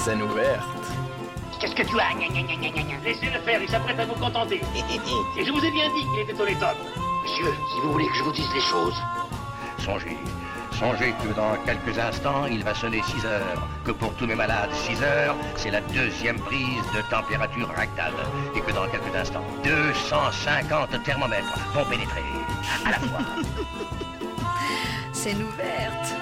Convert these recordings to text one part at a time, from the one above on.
Scène ouverte. Qu'est-ce que tu as? Laissez-le faire, il s'apprête à vous contenter. Et je vous ai bien dit qu'il était au top. Monsieur, si vous voulez que je vous dise les choses... Songez que dans quelques instants, il va sonner 6 heures. Que pour tous mes malades, 6 heures, c'est la deuxième prise de température rectale. Et que dans quelques instants, 250 thermomètres vont pénétrer à la fois. Scène ouverte.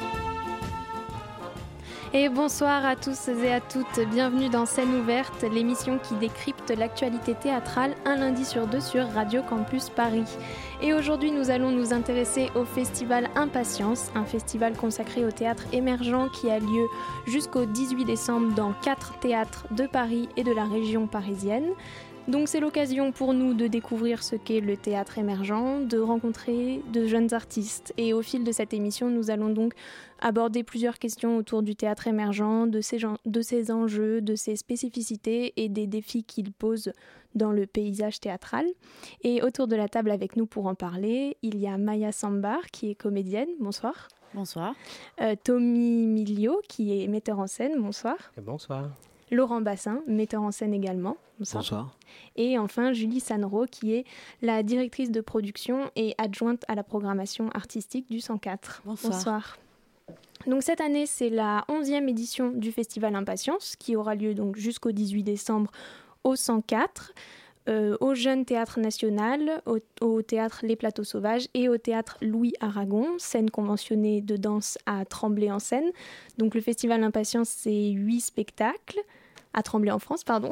Et bonsoir à tous et à toutes, bienvenue dans Scène ouverte, l'émission qui décrypte l'actualité théâtrale un lundi sur deux sur Radio Campus Paris. Et aujourd'hui nous allons nous intéresser au festival Impatience, un festival consacré au théâtre émergent qui a lieu jusqu'au 18 décembre dans 4 théâtres de Paris et de la région parisienne. Donc c'est l'occasion pour nous de découvrir ce qu'est le théâtre émergent, de rencontrer de jeunes artistes. Et au fil de cette émission, nous allons donc aborder plusieurs questions autour du théâtre émergent, de ses enjeux, de ses spécificités et des défis qu'il pose dans le paysage théâtral. Et autour de la table avec nous pour en parler, il y a Maya Sambar qui est comédienne. Bonsoir. Bonsoir. Tommy Milio qui est metteur en scène. Bonsoir. Et bonsoir. Laurent Bassin, metteur en scène également. Bonsoir. Bonsoir. Et enfin, Julie Sanro, qui est la directrice de production et adjointe à la programmation artistique du 104. Bonsoir. Donc cette année, c'est la 11e édition du Festival Impatience, qui aura lieu donc jusqu'au 18 décembre au 104, au Jeune Théâtre National, au Théâtre Les Plateaux Sauvages et au Théâtre Louis Aragon, scène conventionnée de danse à Tremblay-en-Seine. Donc le Festival Impatience, c'est 8 spectacles. À Tremblay en France, pardon.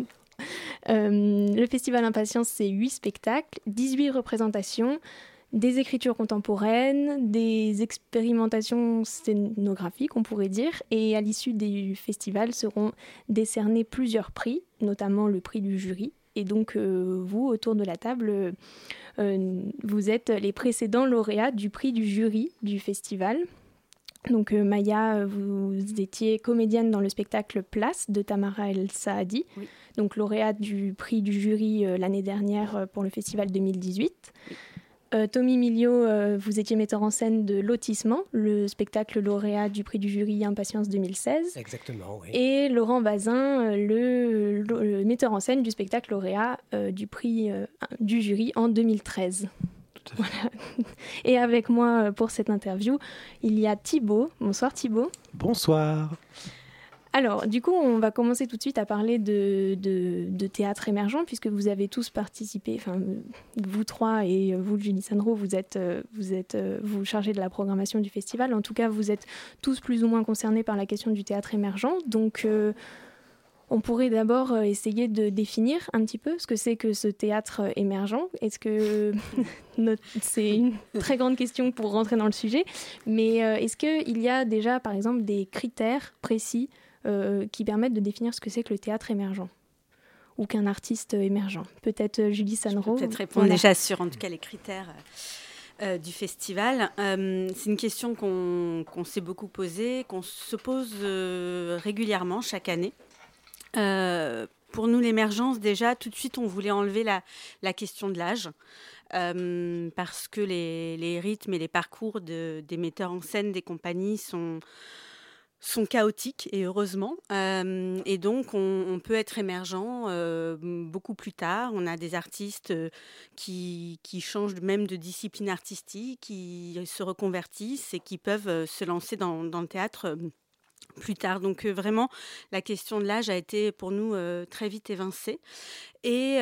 Le Festival Impatience, c'est 8 spectacles, 18 représentations, des écritures contemporaines, des expérimentations scénographiques, on pourrait dire. Et à l'issue du festival seront décernés plusieurs prix, notamment le prix du jury. Et donc, vous, autour de la table, vous êtes les précédents lauréats du prix du jury du festival. Donc Maya, vous étiez comédienne dans le spectacle Place de Tamara El Saadi, oui. Donc lauréate du prix du jury l'année dernière pour le festival 2018. Oui. Tommy Milio, vous étiez metteur en scène de Lotissement, le spectacle lauréat du prix du jury Impatience 2016. Exactement, oui. Et Laurent Bazin, le metteur en scène du spectacle lauréat du prix du jury en 2013. Voilà. Et avec moi pour cette interview, il y a Thibaut. Bonsoir Thibaut. Bonsoir. Alors, du coup, on va commencer tout de suite à parler de théâtre émergent, puisque vous avez tous participé, enfin, vous trois et vous, Julie Sanro, vous chargez de la programmation du festival. En tout cas, vous êtes tous plus ou moins concernés par la question du théâtre émergent. Donc, on pourrait d'abord essayer de définir un petit peu ce que c'est que ce théâtre émergent. Est-ce que c'est une très grande question pour rentrer dans le sujet, mais est-ce qu'il y a déjà, par exemple, des critères précis qui permettent de définir ce que c'est que le théâtre émergent ou qu'un artiste émergent? Peut-être Julie Sanro. Je peux peut-être répondre déjà sur, en tout cas, les critères du festival. C'est une question qu'on s'est beaucoup posée, qu'on se pose régulièrement chaque année. Pour nous, l'émergence, déjà, tout de suite, on voulait enlever la question de l'âge parce que les rythmes et les parcours des metteurs en scène des compagnies sont chaotiques, et heureusement. Et donc, on peut être émergent beaucoup plus tard. On a des artistes qui changent même de discipline artistique, qui se reconvertissent et qui peuvent se lancer dans le théâtre plus tard. Donc vraiment, la question de l'âge a été pour nous très vite évincée. Et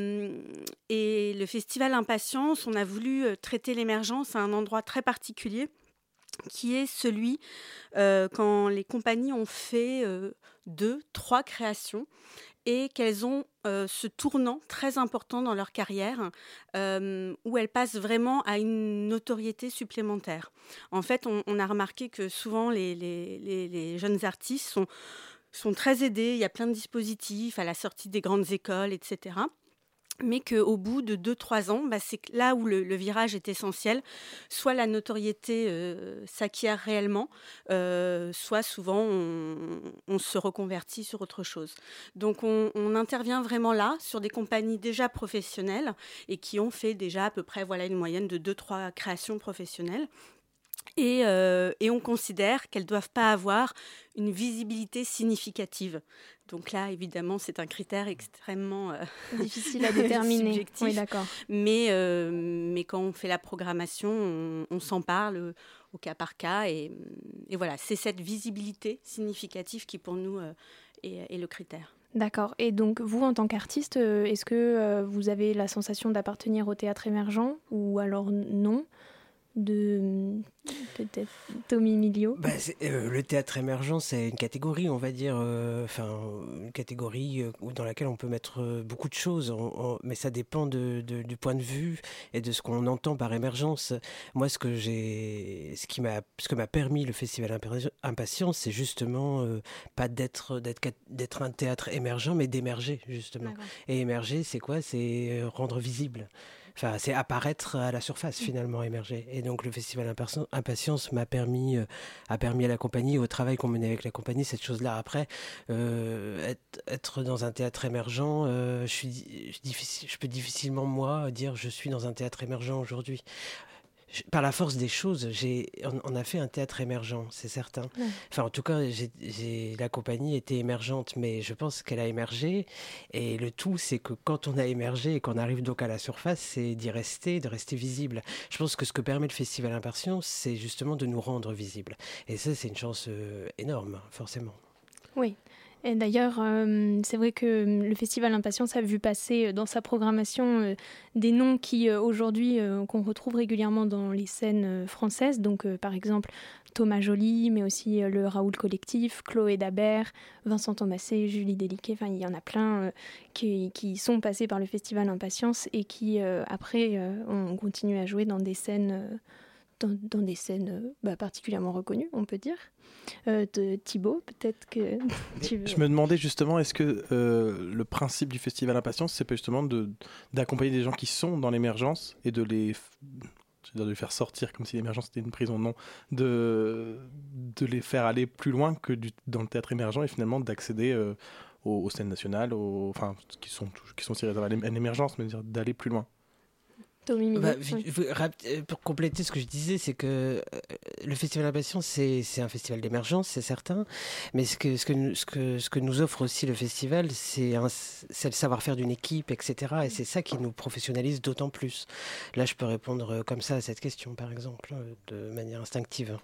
le festival Impatience, on a voulu traiter l'émergence à un endroit très particulier, qui est celui quand les compagnies ont fait 2, 3 créations et qu'elles ont ce tournant très important dans leur carrière où elles passent vraiment à une notoriété supplémentaire. En fait, on a remarqué que souvent les jeunes artistes sont très aidés, il y a plein de dispositifs à la sortie des grandes écoles, etc. Mais qu'au bout de 2-3 ans, c'est là où le virage est essentiel. Soit la notoriété s'acquiert réellement, soit souvent on se reconvertit sur autre chose. Donc on intervient vraiment là sur des compagnies déjà professionnelles et qui ont fait déjà à peu près une moyenne de 2-3 créations professionnelles. Et on considère qu'elles ne doivent pas avoir une visibilité significative. Donc là, évidemment, c'est un critère extrêmement difficile à déterminer. Subjectif. Oui, d'accord. Mais quand on fait la programmation, on s'en parle au cas par cas. Et voilà, c'est cette visibilité significative qui, pour nous, est le critère. D'accord. Et donc, vous, en tant qu'artiste, est-ce que vous avez la sensation d'appartenir au théâtre émergent ou alors non ? Peut-être Tommy Miliot. Le théâtre émergent, c'est une catégorie, on va dire, une catégorie dans laquelle on peut mettre beaucoup de choses, mais ça dépend du point de vue et de ce qu'on entend par émergence. Moi, ce que m'a permis le Festival Impatience, c'est justement pas d'être un théâtre émergent, mais d'émerger, justement. D'accord. Et émerger, c'est quoi ? C'est rendre visible. Enfin, c'est apparaître à la surface, finalement, émerger. Et donc, le Festival Impatience a permis à la compagnie, au travail qu'on menait avec la compagnie, cette chose-là. Après, être dans un théâtre émergent, je peux difficilement, moi, dire je suis dans un théâtre émergent aujourd'hui. Par la force des choses, on a fait un théâtre émergent, c'est certain. Ouais. Enfin, en tout cas, la compagnie était émergente, mais je pense qu'elle a émergé. Et le tout, c'est que quand on a émergé et qu'on arrive donc à la surface, c'est de rester visible. Je pense que ce que permet le Festival Impatience, c'est justement de nous rendre visibles. Et ça, c'est une chance énorme, forcément. Oui. Et d'ailleurs, c'est vrai que le Festival Impatience a vu passer dans sa programmation des noms qui, aujourd'hui, qu'on retrouve régulièrement dans les scènes françaises. Donc, par exemple, Thomas Joly, mais aussi le Raoul Collectif, Chloé Dabert, Vincent Thomasé, Julie Déliquet. Enfin, il y en a plein qui sont passés par le Festival Impatience et qui, après, ont continué à jouer dans des scènes... Dans des scènes particulièrement reconnues, on peut dire. Thibaut, peut-être que tu veux... Je me demandais justement, est-ce que le principe du Festival Impatience, c'est pas justement d'accompagner des gens qui sont dans l'émergence et de les faire sortir, comme si l'émergence était une prison, non, de les faire aller plus loin que dans le théâtre émergent et finalement d'accéder aux scènes nationales, qui sont aussi réservées à l'émergence, mais d'aller plus loin. Pour compléter ce que je disais, c'est que le Festival Impatience, c'est un festival d'émergence, c'est certain, mais ce que nous offre aussi le festival, c'est le savoir-faire d'une équipe, etc. Et c'est ça qui nous professionnalise d'autant plus. Là, je peux répondre comme ça à cette question, par exemple, de manière instinctive.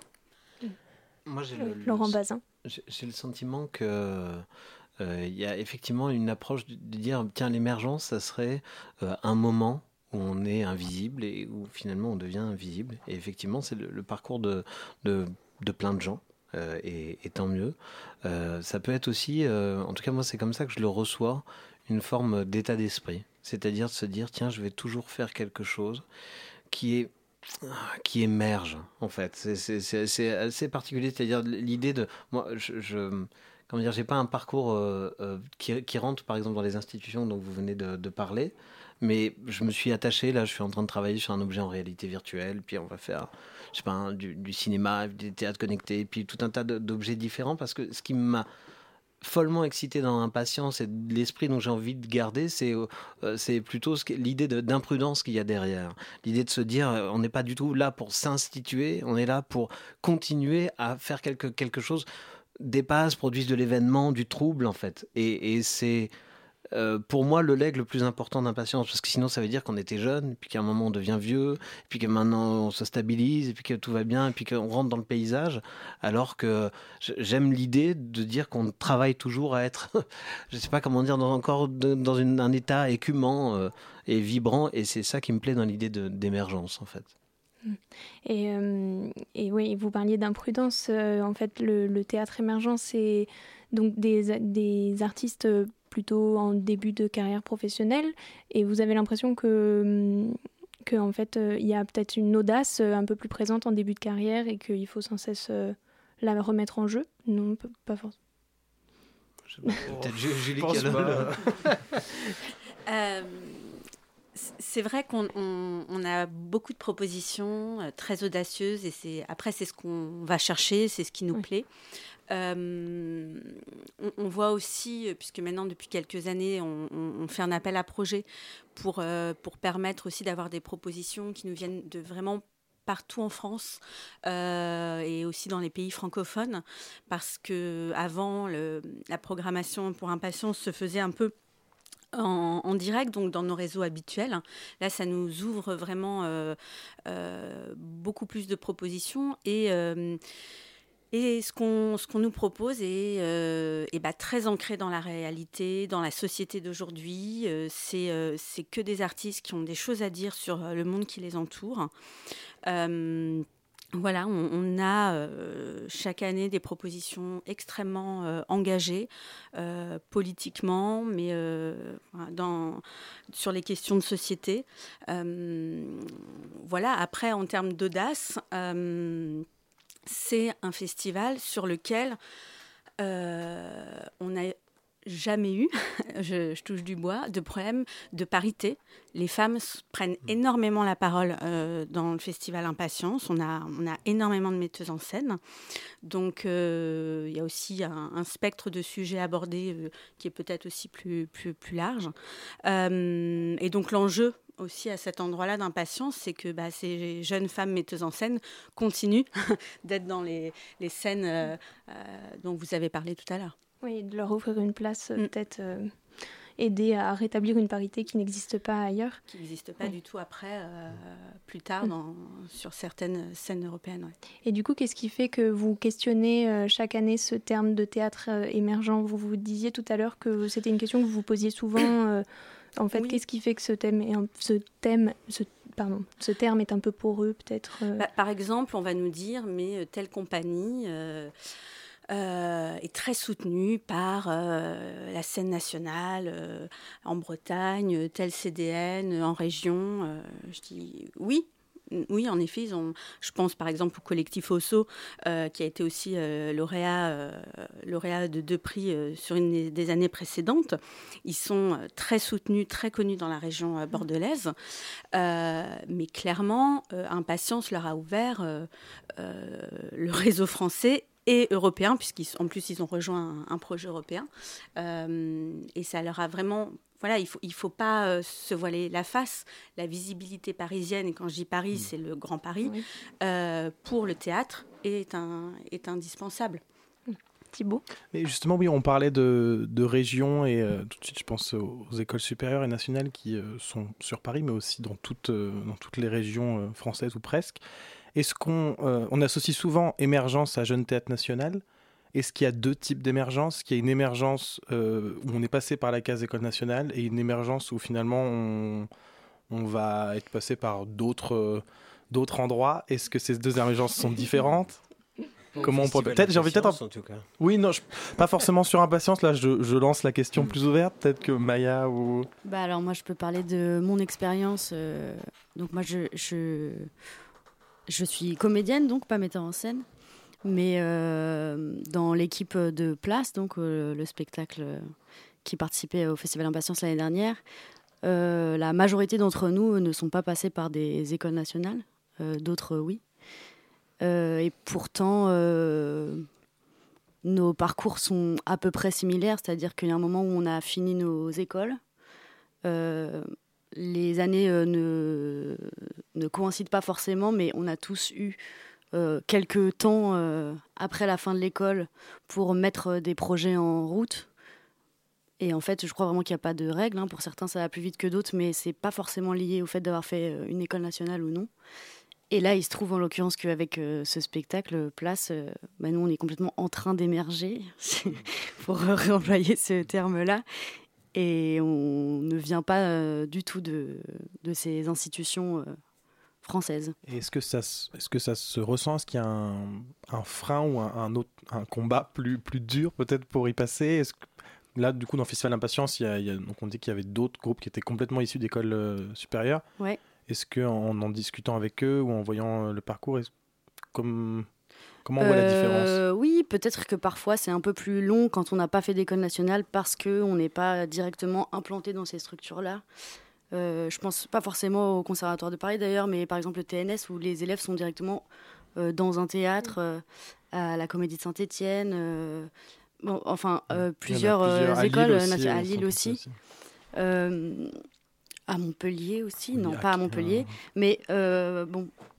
Moi, Laurent Bazin. J'ai le sentiment que... il y a effectivement une approche de dire, tiens, l'émergence, ça serait un moment où on est invisible et où finalement on devient invisible. Et effectivement, c'est le parcours de plein de gens, et tant mieux. Ça peut être aussi, en tout cas moi c'est comme ça que je le reçois, une forme d'état d'esprit. C'est-à-dire de se dire, tiens, je vais toujours faire quelque chose qui émerge, en fait. C'est assez particulier, c'est-à-dire l'idée de... Moi, comment dire, j'ai pas un parcours qui rentre, par exemple, dans les institutions dont vous venez de parler, mais je me suis attaché, là, je suis en train de travailler sur un objet en réalité virtuelle, puis on va faire, je sais pas, du cinéma, du théâtre connecté, puis tout un tas d'objets différents, parce que ce qui m'a follement excité dans Impatience et l'esprit dont j'ai envie de garder, c'est plutôt l'idée d'imprudence qu'il y a derrière. L'idée de se dire, on n'est pas du tout là pour s'instituer, on est là pour continuer à faire quelque chose, dépasse, produise de l'événement, du trouble en fait. Et c'est pour moi le legs le plus important d'Impatience, parce que sinon ça veut dire qu'on était jeune, puis qu'à un moment on devient vieux, puis que maintenant on se stabilise, et puis que tout va bien, et puis qu'on rentre dans le paysage, alors que j'aime l'idée de dire qu'on travaille toujours à être, je sais pas comment dire, encore dans un état écumant et vibrant, et c'est ça qui me plaît dans l'idée d'émergence en fait. Et oui, vous parliez d'imprudence. En fait, le théâtre émergent, c'est donc des artistes plutôt en début de carrière professionnelle. Et vous avez l'impression que en fait, il y a peut-être une audace un peu plus présente en début de carrière et qu'il faut sans cesse la remettre en jeu. Non, pas forcément. Peut-être Julie qui C'est vrai qu'on a beaucoup de propositions très audacieuses et c'est ce qu'on va chercher, c'est ce qui nous plaît. On voit aussi, puisque maintenant depuis quelques années on fait un appel à projet pour permettre aussi d'avoir des propositions qui nous viennent de vraiment partout en France et aussi dans les pays francophones, parce qu'avant, la programmation pour Impatience se faisait un peu en direct, donc dans nos réseaux habituels. Là, ça nous ouvre vraiment beaucoup plus de propositions et ce qu'on nous propose est très ancré dans la réalité, dans la société d'aujourd'hui. C'est que des artistes qui ont des choses à dire sur le monde qui les entoure. Voilà, on a chaque année des propositions extrêmement engagées politiquement, mais sur les questions de société. Voilà, après, en termes d'audace, c'est un festival sur lequel on n'a jamais eu, je touche du bois, de problème de parité. Les femmes prennent énormément la parole dans le festival Impatience. On a énormément de metteuses en scène. Donc, il y a aussi un spectre de sujets abordés qui est peut-être aussi plus large. Et donc, l'enjeu aussi à cet endroit-là d'Impatience, c'est que ces jeunes femmes metteuses en scène continuent d'être dans les scènes dont vous avez parlé tout à l'heure. Oui, de leur offrir une place, peut-être aider à rétablir une parité qui n'existe pas ailleurs. Qui n'existe pas du tout après, plus tard, sur certaines scènes européennes. Ouais. Et du coup, qu'est-ce qui fait que vous questionnez chaque année ce terme de théâtre émergent ? Vous disiez tout à l'heure que c'était une question que vous vous posiez souvent. En fait, qu'est-ce qui fait que ce terme est un peu poreux, peut-être Par exemple, on va nous dire, mais telle compagnie est très soutenue par la scène nationale en Bretagne, telle CDN en région. Je dis oui. Oui, en effet, je pense par exemple au collectif Osso, qui a été aussi lauréat de 2 prix sur une des années précédentes. Ils sont très soutenus, très connus dans la région bordelaise. Mais clairement, Impatience leur a ouvert le réseau français et européen, puisqu'en plus ils ont rejoint un projet européen. Et ça leur a vraiment... Voilà, il faut pas se voiler la face. La visibilité parisienne, et quand je dis Paris, c'est le Grand Paris, pour le théâtre est indispensable. Thibaut ? Mais justement, oui, on parlait de régions et tout de suite, je pense aux écoles supérieures et nationales qui sont sur Paris, mais aussi dans toutes les régions françaises ou presque. Est-ce qu'on associe souvent émergence à Jeune Théâtre National ? Est-ce qu'il y a 2 types d'émergence ? Qu'il y a une émergence où on est passé par la case École nationale et une émergence où finalement on va être passé par d'autres endroits. Est-ce que ces 2 émergences sont différentes ? Comment on pourrait... Peut-être, j'ai envie peut-être... En tout cas. Oui, non, pas forcément sur Impatience. Là, je lance la question plus ouverte. Peut-être que Maya ou... Alors moi, je peux parler de mon expérience. Donc moi, je suis comédienne, donc pas metteur en scène. Mais dans l'équipe de Place, donc le spectacle qui participait au Festival Impatience l'année dernière, la majorité d'entre nous ne sont pas passés par des écoles nationales, d'autres oui. Et pourtant, nos parcours sont à peu près similaires, c'est-à-dire qu'il y a un moment où on a fini nos écoles. Les années ne coïncident pas forcément, mais on a tous eu quelques temps après la fin de l'école pour mettre des projets en route. Et en fait, je crois vraiment qu'il n'y a pas de règle. Pour certains, ça va plus vite que d'autres, mais ce n'est pas forcément lié au fait d'avoir fait une école nationale ou non. Et là, il se trouve en l'occurrence qu'avec ce spectacle Place, nous, on est complètement en train d'émerger, pour réemployer ce terme-là. Et on ne vient pas du tout de ces institutions française. Et est-ce que ça se ressent ? Est-ce qu'il y a un frein ou un combat plus dur peut-être pour y passer ? Est-ce que, là, du coup, dans Festival Impatience, donc on dit qu'il y avait d'autres groupes qui étaient complètement issus d'écoles supérieures. Ouais. Est-ce qu'en discutant avec eux ou en voyant le parcours, comment on voit la différence ? Oui, peut-être que parfois c'est un peu plus long quand on n'a pas fait d'école nationale parce qu'on n'est pas directement implanté dans ces structures-là. Je pense pas forcément au Conservatoire de Paris d'ailleurs, mais par exemple le TNS où les élèves sont directement dans un théâtre, à la Comédie de Saint-Étienne, plusieurs écoles, à Lille aussi. À Montpellier aussi, non pas à Montpellier, mais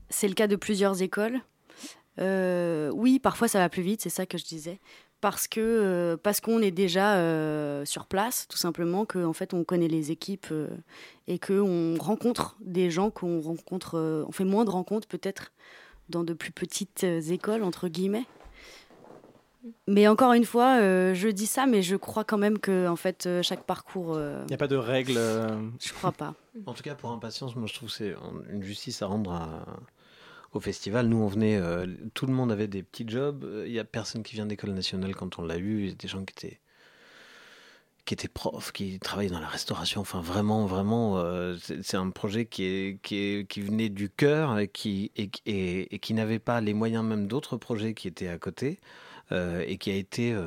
c'est le cas de plusieurs écoles. Oui, parfois ça va plus vite, c'est ça que je disais. Parce qu'on est déjà sur place, tout simplement, qu'en fait on connaît les équipes et qu'on rencontre des gens qu'on rencontre. On fait moins de rencontres peut-être dans de plus petites écoles, entre guillemets. Mais encore une fois, je dis ça, mais je crois quand même que en fait, chaque parcours... Il n'y a pas de règles Je crois pas. En tout cas, pour Impatience, moi je trouve que c'est une justice à rendre au festival. Nous, on venait, tout le monde avait des petits jobs. Il n'y a personne qui vient d'école nationale quand on l'a eu. Il y a des gens qui étaient profs, qui travaillaient dans la restauration. Enfin, vraiment, c'est un projet qui venait du cœur et qui n'avait pas les moyens même d'autres projets qui étaient à côté. Et qui a été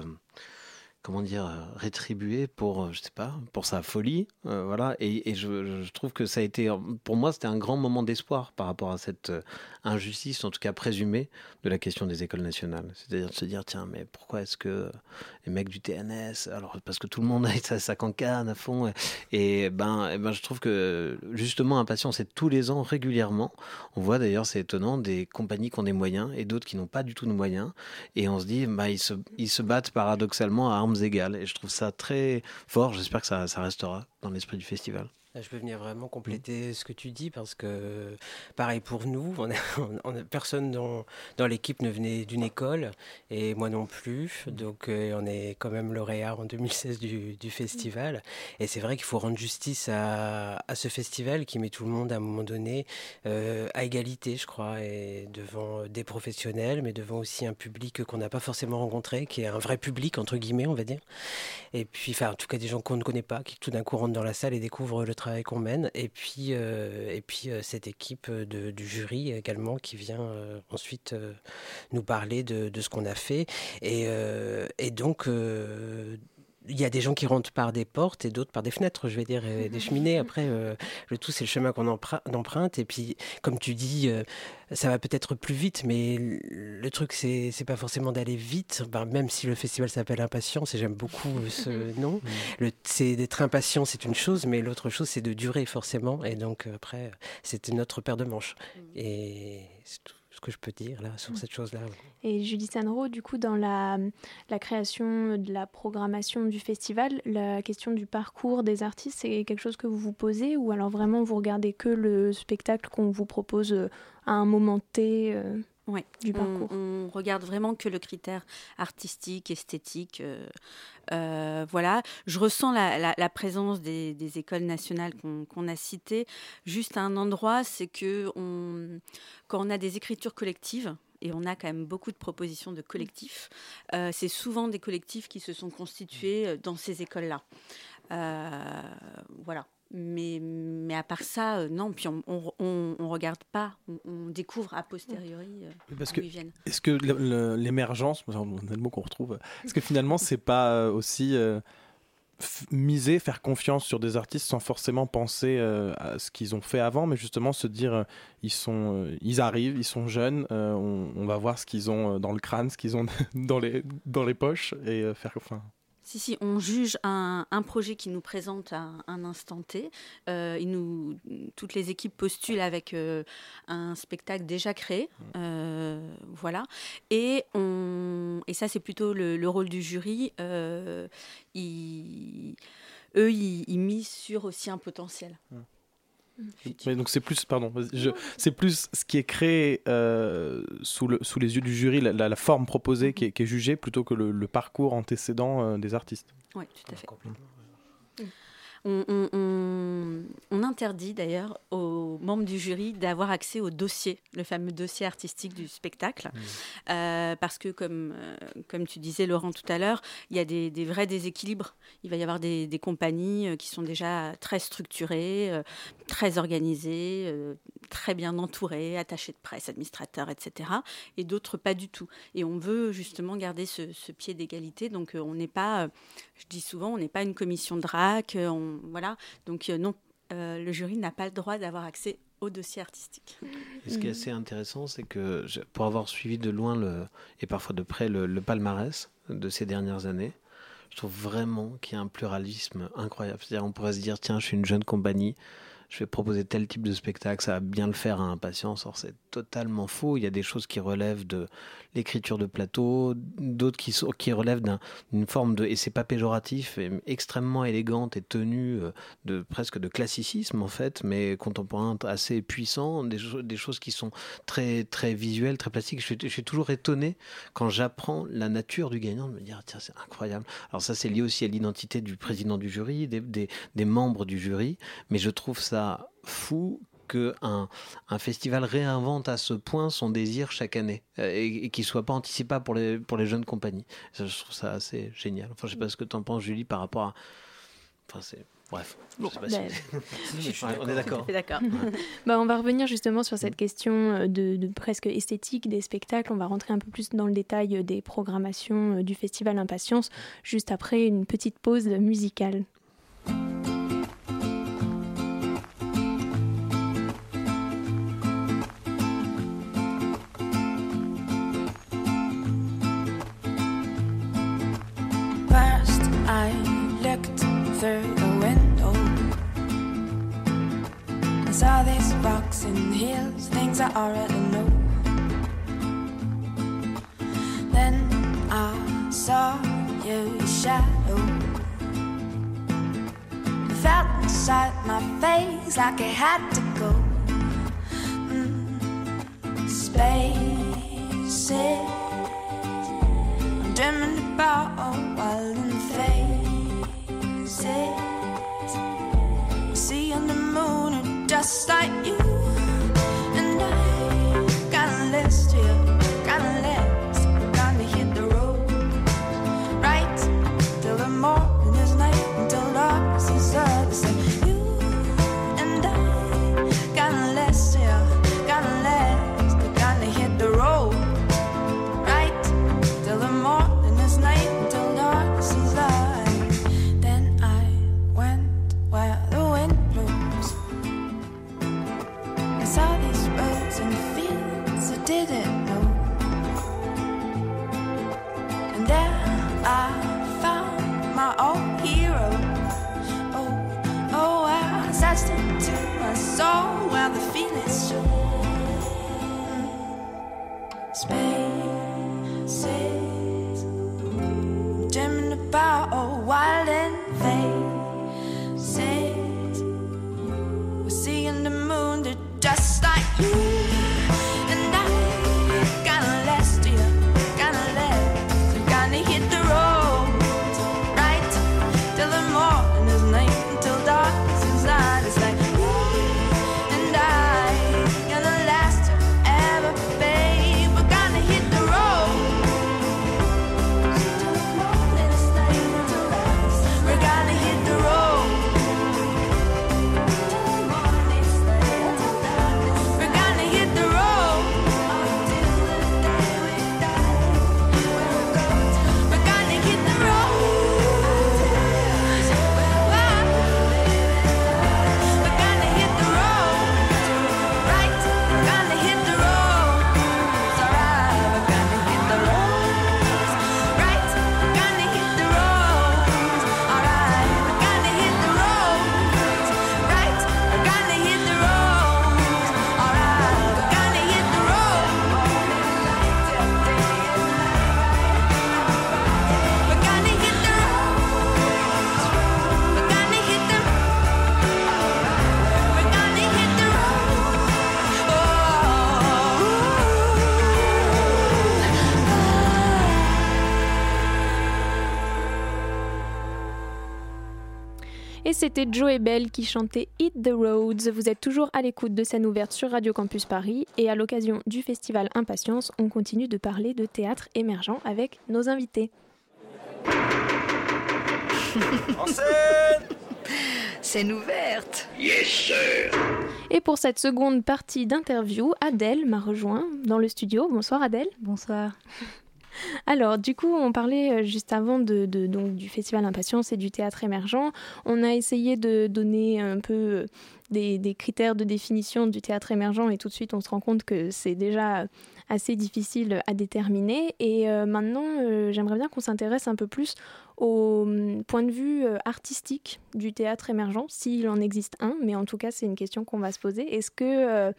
rétribué pour je sais pas, pour sa folie, voilà. Et je trouve que ça a été, pour moi, c'était un grand moment d'espoir par rapport à cette injustice, en tout cas présumée, de la question des écoles nationales. C'est-à-dire de se dire, tiens, mais pourquoi est-ce que les mecs du TNS, alors parce que tout le monde a sa cancane à fond, et ben je trouve que justement Impatience, c'est tous les ans régulièrement, on voit d'ailleurs, c'est étonnant, des compagnies qui ont des moyens et d'autres qui n'ont pas du tout de moyens, et on se dit, ils se battent paradoxalement à armes égales, et je trouve ça très fort. J'espère que ça restera dans l'esprit du festival. Je peux venir vraiment compléter ce que tu dis, parce que, pareil pour nous, personne dans l'équipe ne venait d'une école, et moi non plus, donc on est quand même lauréat en 2016 du festival, et c'est vrai qu'il faut rendre justice à ce festival qui met tout le monde à un moment donné à égalité, je crois, et devant des professionnels, mais devant aussi un public qu'on n'a pas forcément rencontré, qui est un vrai public, entre guillemets, on va dire, et puis, en tout cas des gens qu'on ne connaît pas, qui tout d'un coup rentrent dans la salle et découvrent le travail qu'on mène, et puis cette équipe du jury également qui vient ensuite nous parler de ce qu'on a fait, et donc il y a des gens qui rentrent par des portes et d'autres par des fenêtres, je vais dire, et des cheminées. Après, le tout, c'est le chemin qu'on emprunte. Et puis, comme tu dis, ça va peut-être plus vite, mais le truc, c'est pas forcément d'aller vite. Même si le festival s'appelle Impatience, et j'aime beaucoup ce nom. C'est d'être impatient, c'est une chose, mais l'autre chose, c'est de durer, forcément. Et donc, après, c'était notre paire de manches. Et c'est tout ce que je peux dire là sur cette chose-là. Et Julie Sannereau, du coup, dans la création de la programmation du festival, la question du parcours des artistes, c'est quelque chose que vous vous posez, ou alors vraiment vous regardez que le spectacle qu'on vous propose à un moment T du parcours? On regarde vraiment que le critère artistique, esthétique. Voilà. Je ressens la présence des écoles nationales qu'on a citées. Juste à un endroit, c'est que quand on a des écritures collectives, et on a quand même beaucoup de propositions de collectifs, c'est souvent des collectifs qui se sont constitués dans ces écoles-là. Voilà. Mais à part ça, non. Puis on regarde pas, on découvre a posteriori d'où ils viennent. Est-ce que l'émergence, c'est un mot qu'on retrouve, est-ce que finalement c'est pas aussi faire confiance sur des artistes sans forcément penser à ce qu'ils ont fait avant, mais justement se dire ils arrivent, ils sont jeunes, on va voir ce qu'ils ont dans le crâne, ce qu'ils ont dans les poches, et faire enfin. Si, on juge un projet qui nous présente à un instant T. Toutes les équipes postulent avec un spectacle déjà créé. Voilà. Et ça, c'est plutôt le rôle du jury. Ils misent sur aussi un potentiel. Mais donc c'est plus, c'est plus ce qui est créé sous les yeux du jury, la forme proposée qui est jugée, plutôt que le parcours antécédent des artistes. Oui, tout à fait. On interdit d'ailleurs aux membres du jury d'avoir accès au dossier, le fameux dossier artistique du spectacle, parce que comme tu disais Laurent tout à l'heure, il y a des vrais déséquilibres. Il va y avoir des compagnies qui sont déjà très structurées, très organisées, très bien entourées, attachées de presse, administrateurs, etc. Et d'autres pas du tout. Et on veut justement garder ce pied d'égalité. Donc on n'est pas, je dis souvent, on n'est pas une commission de DRAC, voilà. Donc non, le jury n'a pas le droit d'avoir accès au dossier artistique. Et ce qui est assez intéressant, c'est que pour avoir suivi de loin et parfois de près le palmarès de ces dernières années, je trouve vraiment qu'il y a un pluralisme incroyable. C'est-à-dire, on pourrait se dire, tiens, je suis une jeune compagnie, je vais proposer tel type de spectacle, ça va bien le faire à Impatience. Or, c'est totalement faux. Il y a des choses qui relèvent de l'écriture de plateau, d'autres qui relèvent d'une forme de, et c'est pas péjoratif, extrêmement élégante et tenue presque de classicisme en fait, mais contemporain assez puissant, des choses qui sont très, très visuelles, très plastiques. Je suis toujours étonné quand j'apprends la nature du gagnant, de me dire tiens, c'est incroyable. Alors ça, c'est lié aussi à l'identité du président du jury, des membres du jury, mais je trouve ça fou qu'un festival réinvente à ce point son désir chaque année et qu'il ne soit pas anticipable pour les jeunes compagnies. Je trouve ça assez génial. Enfin, je ne sais pas ce que tu en penses, Julie, par rapport à... Enfin, c'est... Bref, je sais pas on est d'accord. On va revenir justement sur cette question de presque esthétique des spectacles. On va rentrer un peu plus dans le détail des programmations du Festival Impatience, juste après une petite pause musicale. First, I looked through the window and saw these rocks and hills, things I already know. Then I saw your shadow. It felt inside my face like it had to go. Spaces I'm dreaming about wild and faces. See on the moon are just like you. And I got a list here, got a list. I'm gonna hit the road right till the morning is night, until darkness is early. Say you and I got a list here, got a list. I'm gonna hit the road right till the morning is night, until darkness is light. Then I went where the wind blows. I saw these birds in the fields I didn't know. And there I found my own hero. Oh, I searched into my soul where the feelings show. Spaces dreaming about wild and faces. We're seeing the moon, they're just like you. And I got a last year, got a last. So gonna hit the road right till the morning is night, until darkness is light. It's like you and I gonna last forever, babe. We're gonna hit the road till the morning is night, until darkness. We're gonna hit the road till the morning is night, until darkness. We're gonna hit the road until the day we die. We're gonna hit the road. We're gonna hit the road, right? We're gonna hit the road. It's alright. We're gonna hit the road, right? We're gonna hit the road. Alright. We're gonna hit the road, right? We're gonna hit the road. Alright. We're gonna hit the road. We're gonna hit the road. We're gonna hit the We're gonna hit the Et c'était Joe et Belle qui chantaient Hit the Roads. Vous êtes toujours à l'écoute de Scène ouverte sur Radio Campus Paris. Et à l'occasion du festival Impatience, on continue de parler de théâtre émergent avec nos invités. En scène! Scène ouverte. Yes, sir. Et pour cette seconde partie d'interview, Adèle m'a rejoint dans le studio. Bonsoir Adèle. Bonsoir. Alors, du coup, on parlait juste avant donc, du Festival Impatience et du théâtre émergent. On a essayé de donner un peu des critères de définition du théâtre émergent et tout de suite, on se rend compte que c'est déjà assez difficile à déterminer. Et maintenant, j'aimerais bien qu'on s'intéresse un peu plus au point de vue artistique du théâtre émergent, s'il en existe un, mais en tout cas, c'est une question qu'on va se poser. Est-ce que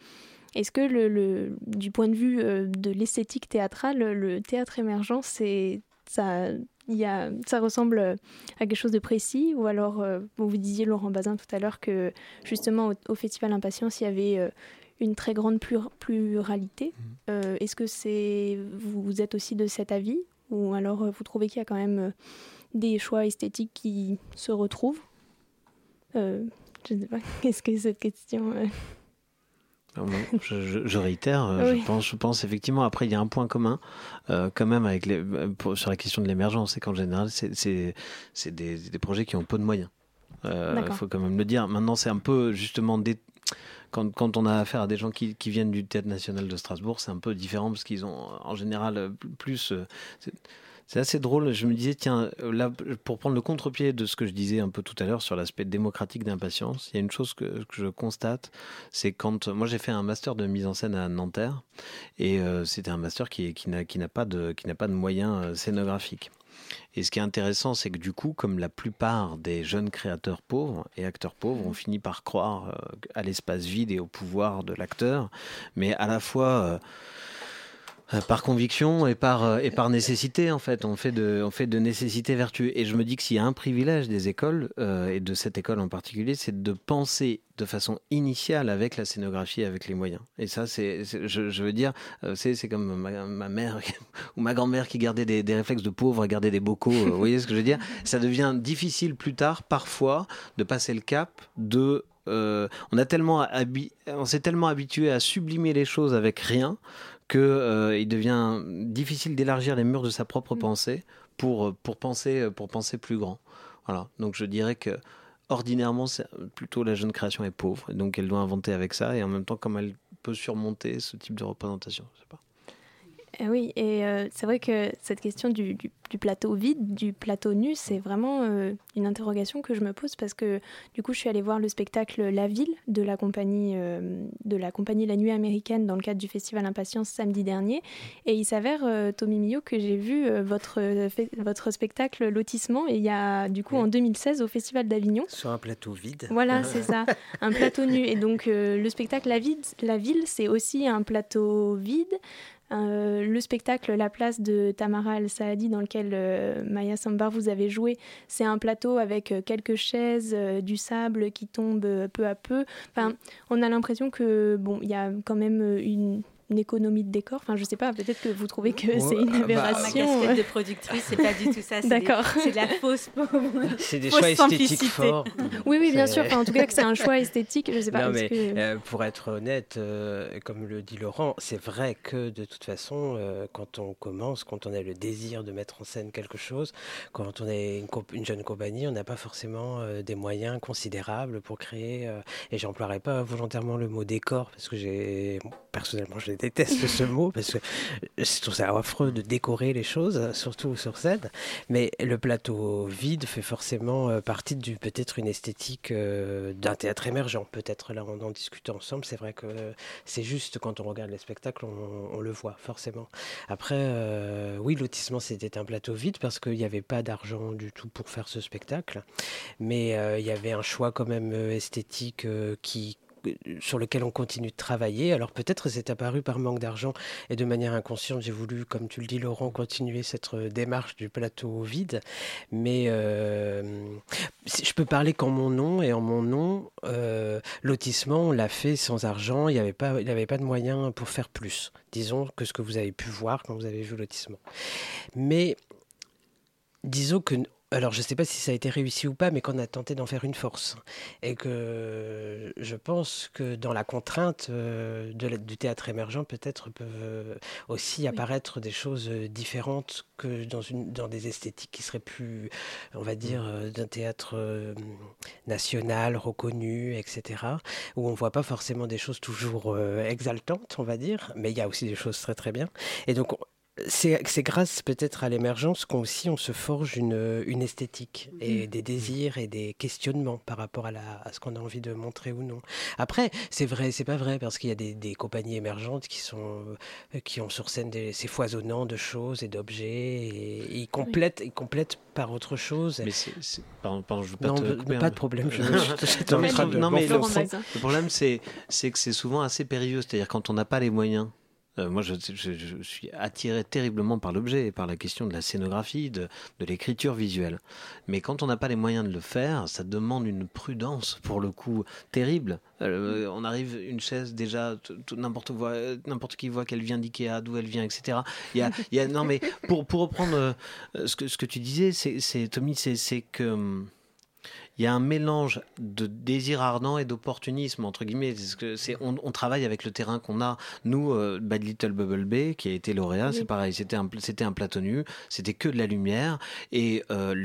du point de vue de l'esthétique théâtrale, le théâtre émergent, ça ressemble à quelque chose de précis, ou alors, vous disiez, Laurent Bazin, tout à l'heure, que justement au Festival Impatience, il y avait une très grande pluralité. Est-ce que vous êtes aussi de cet avis, ou alors vous trouvez qu'il y a quand même des choix esthétiques qui se retrouvent? Je ne sais pas, qu'est-ce que cette question Je réitère, oui. je pense effectivement, après il y a un point commun quand même sur la question de l'émergence, c'est qu'en général c'est des projets qui ont peu de moyens, il faut quand même le dire. Maintenant c'est un peu justement quand on a affaire à des gens qui viennent du Théâtre National de Strasbourg, c'est un peu différent parce qu'ils ont en général plus... C'est assez drôle, je me disais, tiens, là, pour prendre le contre-pied de ce que je disais un peu tout à l'heure sur l'aspect démocratique d'Impatience, il y a une chose que je constate, c'est quand... Moi, j'ai fait un master de mise en scène à Nanterre, et c'était un master qui n'a pas de moyens scénographiques. Et ce qui est intéressant, c'est que du coup, comme la plupart des jeunes créateurs pauvres et acteurs pauvres ont fini par croire à l'espace vide et au pouvoir de l'acteur, mais à la fois... par conviction et par nécessité, en fait. On fait de nécessité vertu. Et je me dis que s'il y a un privilège des écoles, et de cette école en particulier, c'est de penser de façon initiale avec la scénographie et avec les moyens. Et ça, je veux dire, c'est comme ma mère ou ma grand-mère qui gardait des réflexes de pauvre à garder des bocaux. Vous voyez ce que je veux dire? Ça devient difficile plus tard, parfois, de passer le cap de... on s'est tellement habitué à sublimer les choses avec rien qu'il devient difficile d'élargir les murs de sa propre pensée pour penser plus grand. Voilà. Donc je dirais que ordinairement, plutôt la jeune création est pauvre, et donc elle doit inventer avec ça, et en même temps, comme elle peut surmonter ce type de représentation, je sais pas. Oui, et c'est vrai que cette question du plateau vide, du plateau nu, c'est vraiment une interrogation que je me pose, parce que du coup je suis allée voir le spectacle La Ville de la compagnie La Nuit Américaine dans le cadre du Festival Impatience samedi dernier, et il s'avère, Tommy Millot, que j'ai vu votre spectacle Lotissement, et il y a du coup en 2016 au Festival d'Avignon. Sur un plateau vide. Voilà, c'est ça, un plateau nu, et donc le spectacle La Ville, c'est aussi un plateau vide. Le spectacle La Place de Tamara El-Saadi, dans lequel Maya Sambar vous avez joué, c'est un plateau avec quelques chaises, du sable qui tombe peu à peu. Enfin, on a l'impression que il y a quand même une économie de décor. Enfin, je sais pas, peut-être que vous trouvez que c'est une aberration. Ma casquette de productrice, c'est pas du tout ça. D'accord. C'est de la fausse pauvre. C'est des choix esthétiques forts. Oui, bien sûr. Enfin, en tout cas, que c'est un choix esthétique. Je sais pas. Non, mais pour être honnête, comme le dit Laurent, c'est vrai que de toute façon, quand on commence, quand on a le désir de mettre en scène quelque chose, quand on est une jeune compagnie, on n'a pas forcément des moyens considérables pour créer. Et j'emploierai pas volontairement le mot décor, parce que personnellement, je déteste ce mot, parce que je trouve ça affreux de décorer les choses, surtout sur scène. Mais le plateau vide fait forcément partie peut-être une esthétique d'un théâtre émergent. Peut-être là, on en discute ensemble. C'est vrai que c'est juste quand on regarde les spectacles, on le voit forcément. Après, oui, Lotissement, c'était un plateau vide parce qu'il n'y avait pas d'argent du tout pour faire ce spectacle. Mais il y avait un choix quand même esthétique sur lequel on continue de travailler. Alors peut-être c'est apparu par manque d'argent et de manière inconsciente, j'ai voulu, comme tu le dis Laurent, continuer cette démarche du plateau vide. Mais je peux parler qu'en mon nom, et en mon nom, Lotissement, on l'a fait sans argent, il n'y avait pas de moyens pour faire plus, disons, que ce que vous avez pu voir quand vous avez vu Lotissement. Mais disons que alors, je ne sais pas si ça a été réussi ou pas, mais qu'on a tenté d'en faire une force. Et que je pense que dans la contrainte du théâtre émergent, peut-être peuvent aussi apparaître des choses différentes que dans des esthétiques qui seraient plus, on va dire, d'un théâtre national, reconnu, etc., où on ne voit pas forcément des choses toujours exaltantes, on va dire, mais il y a aussi des choses très très bien. Et donc, c'est grâce peut-être à l'émergence qu'on se forge une esthétique et des désirs et des questionnements par rapport à ce qu'on a envie de montrer ou non. Après, c'est vrai, c'est pas vrai, parce qu'il y a des compagnies émergentes qui ont sur scène c'est foisonnant de choses et d'objets et ils complètent par autre chose. Mais pardon, je veux pas non, te couper. Pas de problème. Le problème, c'est que c'est souvent assez périlleux. C'est-à-dire quand on n'a pas les moyens. Moi, je suis attiré terriblement par l'objet et par la question de la scénographie, de l'écriture visuelle. Mais quand on n'a pas les moyens de le faire, ça demande une prudence, pour le coup, terrible. On arrive, une chaise, déjà, n'importe qui voit qu'elle vient d'Ikea, d'où elle vient, etc. Non, mais pour reprendre ce que tu disais, Tommy, c'est que... Il y a un mélange de désir ardent et d'opportunisme, entre guillemets. On travaille avec le terrain qu'on a. Nous, Bad Little Bubble Bay, qui a été lauréat, c'est pareil. C'était un plateau nu, c'était que de la lumière. Et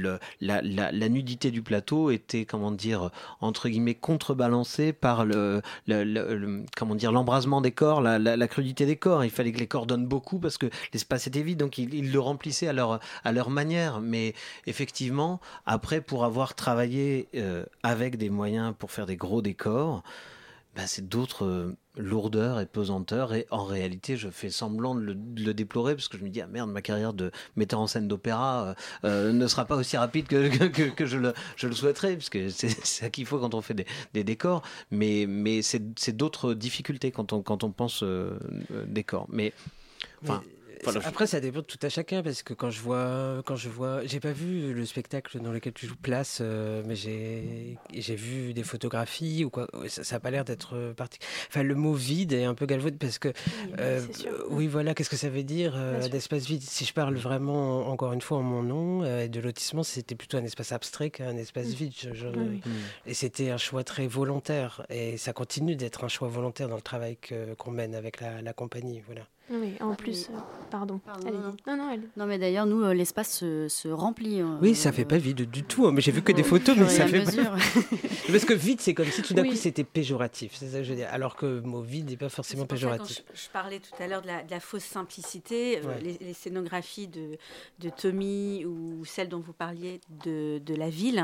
la nudité du plateau était, comment dire, entre guillemets, contrebalancée par l'embrasement des corps, la crudité des corps. Il fallait que les corps donnent beaucoup parce que l'espace était vide, donc ils le remplissaient à leur manière. Mais effectivement, après, pour avoir travaillé avec des moyens pour faire des gros décors, c'est d'autres lourdeurs et pesanteurs, et en réalité je fais semblant de le déplorer parce que je me dis merde, ma carrière de metteur en scène d'opéra ne sera pas aussi rapide que je le souhaiterais, parce que c'est ça qu'il faut quand on fait des décors, mais c'est d'autres difficultés quand on pense décor, mais enfin. Après, ça dépend de tout à chacun, parce que quand je vois, j'ai pas vu le spectacle dans lequel tu joues Place, mais j'ai vu des photographies ou quoi. Ça a pas l'air d'être Enfin, le mot vide est un peu galvaudé parce que oui, voilà, qu'est-ce que ça veut dire d'espace vide. Si je parle vraiment, encore une fois, en mon nom, de lotissement, c'était plutôt un espace abstrait qu'un espace vide. Et c'était un choix très volontaire, et ça continue d'être un choix volontaire dans le travail qu'on mène avec la compagnie, voilà. Oui, en plus, pardon. Non, mais d'ailleurs, nous, l'espace se remplit. Oui, ça fait pas vide du tout. Mais j'ai vu que des photos, mais ça fait pas. Parce que vide, c'est comme si tout d'un coup c'était péjoratif. C'est ça que je veux dire. Alors que le mot vide n'est pas forcément péjoratif. Je parlais tout à l'heure de la fausse simplicité. Les scénographies de Tommy ou celles dont vous parliez de la ville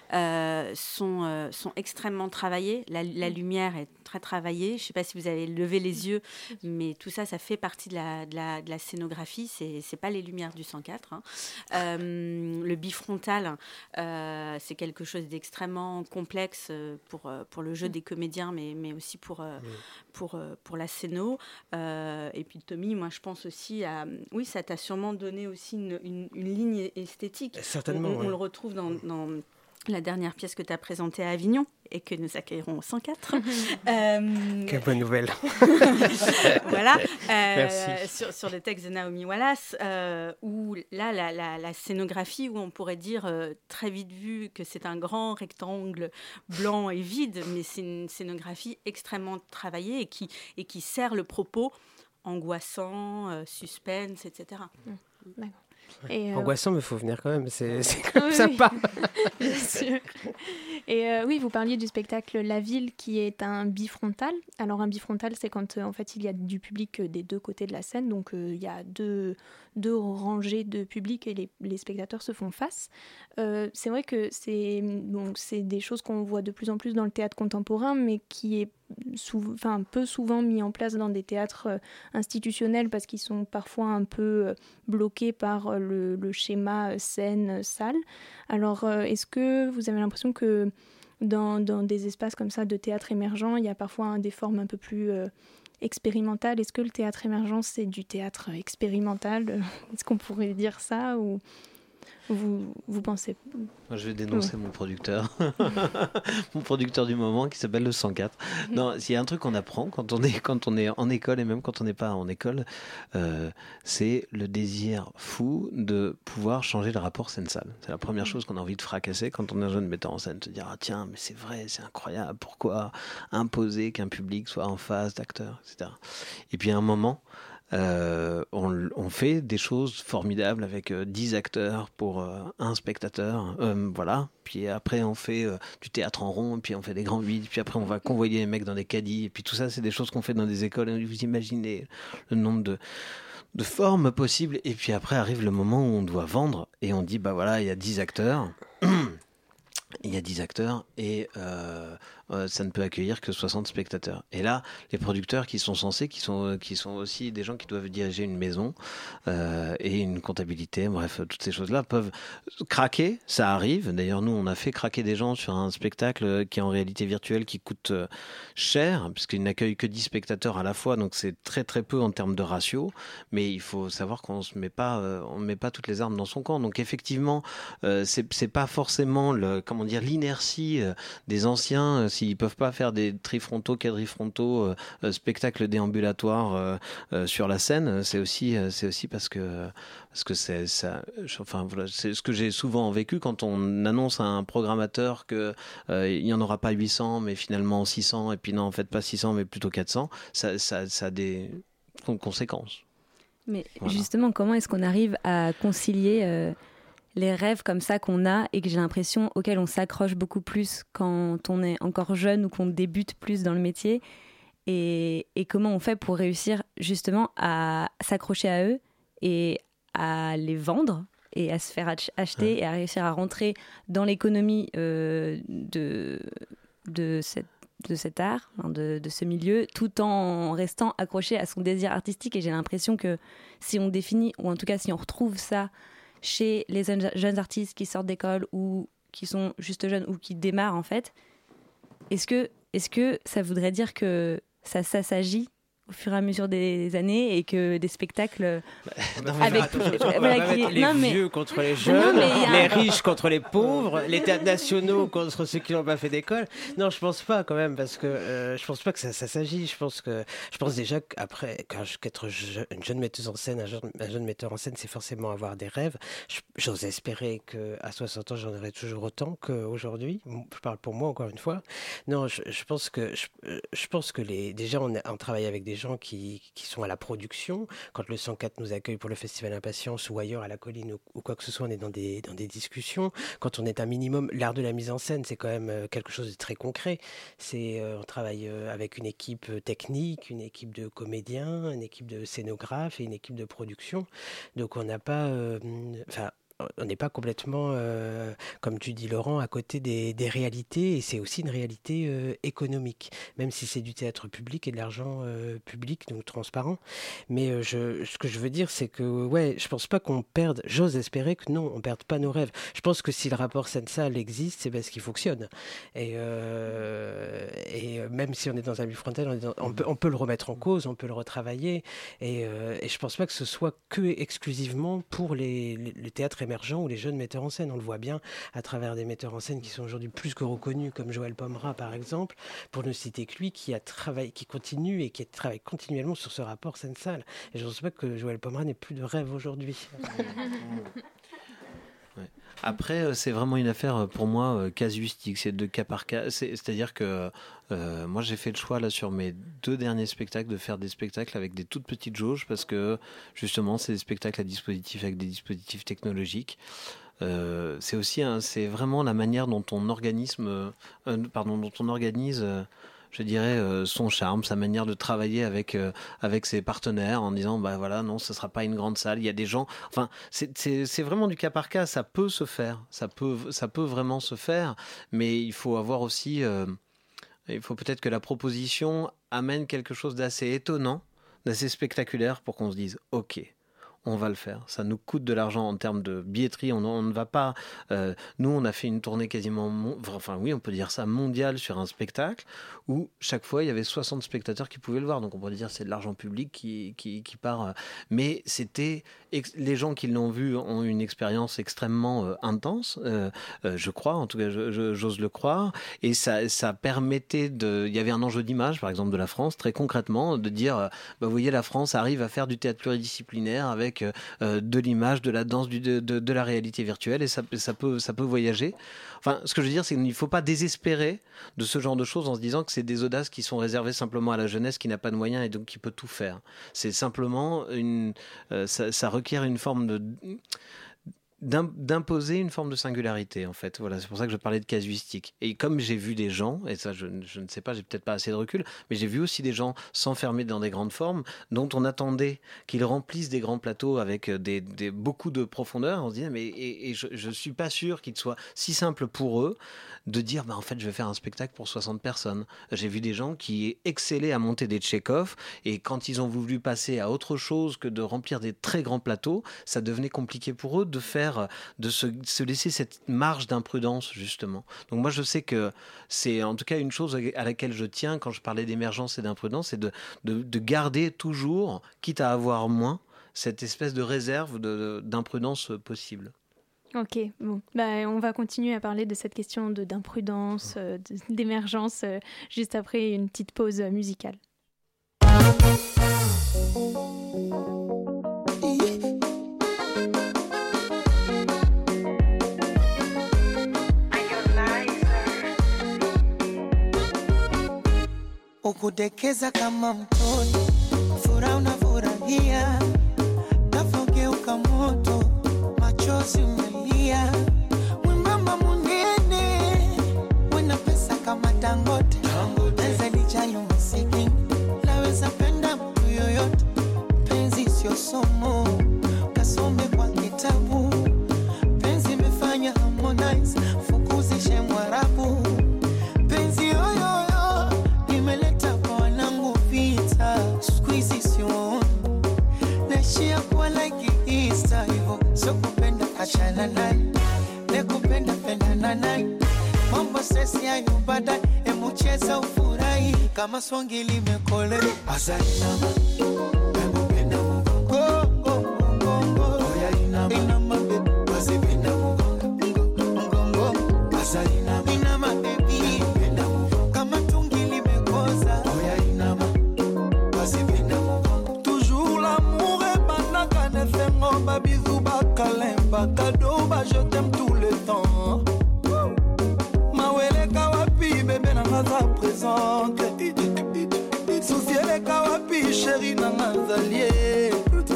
sont extrêmement travaillées. La lumière est très travaillée. Je ne sais pas si vous avez levé les yeux, mais tout ça fait partie de la scénographie. C'est pas les lumières du 104. Le bifrontal, c'est quelque chose d'extrêmement complexe pour le jeu des comédiens, mais aussi pour la scéno. Et puis Tommy, moi je pense aussi à... Oui, ça t'a sûrement donné aussi une ligne esthétique. Certainement. On le retrouve dans la dernière pièce que tu as présentée à Avignon et que nous accueillerons au 104. Quelle bonne nouvelle. Voilà. Merci. Sur le texte de Naomi Wallace, où là, la scénographie, où on pourrait dire très vite vu que c'est un grand rectangle blanc et vide, mais c'est une scénographie extrêmement travaillée et qui sert le propos angoissant, suspense, etc. D'accord. Angoissant, mais il faut venir quand même, c'est quand même sympa. Bien sûr. Et oui, vous parliez du spectacle La Ville, qui est un bifrontal. Alors un bifrontal, c'est quand en fait il y a du public des deux côtés de la scène, donc il y a deux rangées de public et les spectateurs se font face. C'est vrai que c'est des choses qu'on voit de plus en plus dans le théâtre contemporain, mais qui est peu souvent mis en place dans des théâtres institutionnels parce qu'ils sont parfois un peu bloqués par le schéma scène-salle. Alors, est-ce que vous avez l'impression que dans des espaces comme ça de théâtre émergent, il y a parfois des formes un peu plus expérimentales? Est-ce que le théâtre émergent, c'est du théâtre expérimental? Est-ce qu'on pourrait dire ça ou vous pensez? Moi, je vais dénoncer mon producteur, mon producteur du moment qui s'appelle le 104. Non, s'il y a un truc qu'on apprend quand on est en école et même quand on n'est pas en école, c'est le désir fou de pouvoir changer le rapport scène-salle. C'est la première chose qu'on a envie de fracasser quand on est un jeune metteur en scène, se dire ah tiens mais c'est vrai, c'est incroyable, pourquoi imposer qu'un public soit en face d'acteurs, etc. Et puis à un moment, on fait des choses formidables avec 10 acteurs pour un spectateur, voilà. Puis après on fait du théâtre en rond, puis on fait des grands vides, puis après on va convoyer les mecs dans des caddies, et puis tout ça c'est des choses qu'on fait dans des écoles. Et vous imaginez le nombre de formes possibles, et puis après arrive le moment où on doit vendre, et on dit bah voilà, il y a 10 acteurs. Il y a 10 acteurs et ça ne peut accueillir que 60 spectateurs. Et là, les producteurs qui sont censés, qui sont aussi des gens qui doivent diriger une maison et une comptabilité, bref, toutes ces choses-là peuvent craquer, ça arrive. D'ailleurs, nous, on a fait craquer des gens sur un spectacle qui est en réalité virtuelle, qui coûte cher, puisqu'il n'accueille que 10 spectateurs à la fois, donc c'est très très peu en termes de ratio. Mais il faut savoir qu'on ne met pas toutes les armes dans son camp. Donc effectivement, c'est pas forcément l'inertie des anciens, s'ils peuvent pas faire des trifrontaux, quadrifrontaux, spectacles déambulatoires sur la scène, c'est aussi parce que c'est ça. Enfin voilà, c'est ce que j'ai souvent vécu quand on annonce à un programmateur que il y en aura pas 800, mais finalement 600, et puis non, en fait pas 600, mais plutôt 400. Ça a des conséquences. Mais justement, comment est-ce qu'on arrive à concilier les rêves comme ça qu'on a et que j'ai l'impression auxquels on s'accroche beaucoup plus quand on est encore jeune ou qu'on débute plus dans le métier, et comment on fait pour réussir justement à s'accrocher à eux et à les vendre et à se faire acheter et à réussir à rentrer dans l'économie de cet art, de ce milieu, tout en restant accroché à son désir artistique. Et j'ai l'impression que si on définit, ou en tout cas si on retrouve ça chez les jeunes artistes qui sortent d'école ou qui sont juste jeunes ou qui démarrent en fait, est-ce que ça voudrait dire que ça s'assagit au fur et à mesure des années et que des spectacles vieux contre les jeunes, les riches contre les pauvres, les théâtres nationaux contre ceux qui n'ont pas fait d'école. Non, je pense pas quand même, parce que je pense pas que ça s'agit. Je pense déjà qu'après, qu'être une jeune metteuse en scène, un jeune metteur en scène, c'est forcément avoir des rêves. J'ose espérer qu'à 60 ans, j'en aurai toujours autant qu'aujourd'hui. Je parle pour moi encore une fois. Non, je pense que déjà on travaille avec des gens qui sont à la production. Quand le 104 nous accueille pour le Festival Impatience ou ailleurs à la Colline ou quoi que ce soit, on est dans des discussions. Quand on est un minimum, l'art de la mise en scène, c'est quand même quelque chose de très concret. On travaille avec une équipe technique, une équipe de comédiens, une équipe de scénographes et une équipe de production. Donc on n'a pas... on n'est pas complètement, comme tu dis Laurent, à côté des réalités, et c'est aussi une réalité économique, même si c'est du théâtre public et de l'argent public, donc transparent. Mais ce que je veux dire, c'est que je pense pas qu'on perde, j'ose espérer que non, on perde pas nos rêves. Je pense que si le rapport scène-salle existe, c'est parce qu'il fonctionne. Et même si on est dans un but frontal, on peut le remettre en cause, on peut le retravailler, et je pense pas que ce soit que exclusivement pour le théâtre émergents ou les jeunes metteurs en scène. On le voit bien à travers des metteurs en scène qui sont aujourd'hui plus que reconnus, comme Joël Pomera par exemple, pour ne citer que lui, qui continue et qui travaille continuellement sur ce rapport scène-salle. Et je ne pense pas que Joël Pomera n'ait plus de rêve aujourd'hui. Après, c'est vraiment une affaire pour moi casuistique, c'est de cas par cas. C'est-à-dire que moi j'ai fait le choix là sur mes 2 derniers spectacles de faire des spectacles avec des toutes petites jauges, parce que justement c'est des spectacles à dispositif avec des dispositifs technologiques. C'est aussi c'est vraiment la manière dont on organise je dirais son charme, sa manière de travailler avec ses partenaires, en disant bah voilà, non, ce sera pas une grande salle, il y a des gens, enfin c'est vraiment du cas par cas. Ça peut se faire, ça peut vraiment se faire, mais il faut avoir aussi il faut peut-être que la proposition amène quelque chose d'assez étonnant, d'assez spectaculaire, pour qu'on se dise ok, on va le faire. Ça nous coûte de l'argent en termes de billetterie. On ne va pas... nous, on a fait une tournée quasiment... on peut dire ça, mondiale sur un spectacle où chaque fois, il y avait 60 spectateurs qui pouvaient le voir. Donc, on pourrait dire que c'est de l'argent public qui part. Mais c'était... Les gens qui l'ont vu ont eu une expérience extrêmement intense, je crois. En tout cas, j'ose le croire. Et ça permettait de... Il y avait un enjeu d'image, par exemple, de la France, très concrètement, de dire, vous voyez, la France arrive à faire du théâtre pluridisciplinaire avec avec de l'image, de la danse, de la réalité virtuelle, et ça peut voyager. Enfin, ce que je veux dire, c'est qu'il ne faut pas désespérer de ce genre de choses en se disant que c'est des audaces qui sont réservées simplement à la jeunesse qui n'a pas de moyens et donc qui peut tout faire. C'est simplement ça requiert une forme d'imposer une forme de singularité, en fait. Voilà, c'est pour ça que je parlais de casuistique. Et comme j'ai vu des gens, et ça je ne sais pas, j'ai peut-être pas assez de recul, mais j'ai vu aussi des gens s'enfermer dans des grandes formes dont on attendait qu'ils remplissent des grands plateaux avec beaucoup de profondeur. On se disait, mais je suis pas sûr qu'il soit si simple pour eux de dire, en fait, je vais faire un spectacle pour 60 personnes. J'ai vu des gens qui excellaient à monter des Tchekhov, et quand ils ont voulu passer à autre chose que de remplir des très grands plateaux, ça devenait compliqué pour eux de se laisser cette marge d'imprudence, justement. Donc moi, je sais que c'est en tout cas une chose à laquelle je tiens quand je parlais d'émergence et d'imprudence, c'est de garder toujours, quitte à avoir moins, cette espèce de réserve d'imprudence possible. Ok, bon, on va continuer à parler de cette question d'imprudence, d'émergence, juste après une petite pause musicale. Ukudekeza kama mtoto, furaha unafurahia, nafogeuka moto, machozi umelia, mwembamba munene, wena pesa kama Dangote, naweza lijalo masikini, naweza penda mtu yoyote, penzi sio somo, kasome kwa kitabu, penzi imefanya Harmonize, fukuzishe Mwarabu, penzi yoyoyo, nimeleta kwa wanangu vita, squeezy sio naishia kuwa like Easter, hivyo sio kupenda achana naye, nekupenda pendana naye, mambo stress yayo baadaye, emucheza ufurahi kama swangi limekole, asainama emupenda mugongo, oya inama wasipenda mugongo, asainama inama baby, kama tungi limekoza, oya inama wasipenda mugongo, toujours l'amour est banaka ne fait ngomba bisou bakalemba cadeau ba je t'aime tout le temps, mawele kawapi bébé na ngaza présente, souciele kawapi chéri na ngazalie,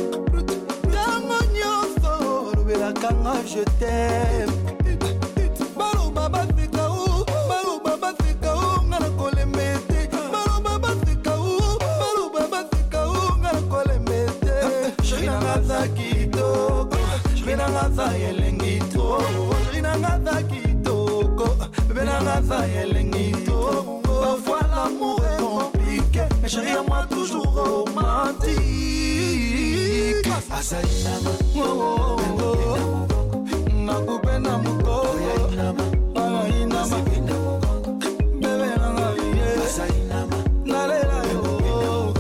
tango nyonso lobela kanga je t'aime, balo baba fika u, balo baba fika u, ngana kolemete, balo baba fika u, balo baba fika u, ngana kolemete, chéri na ngaza kitoko, chéri na ngaza yelengito, chéri na ngaza kitoko, bébé na ngaza yelengito, parfois l'amour est compliqué, mais chéri à moi toujours romantique, asainama, oh, oh, oh, nakupenda mugongo, inama, bebe nanga ye, asainama, nalela yo,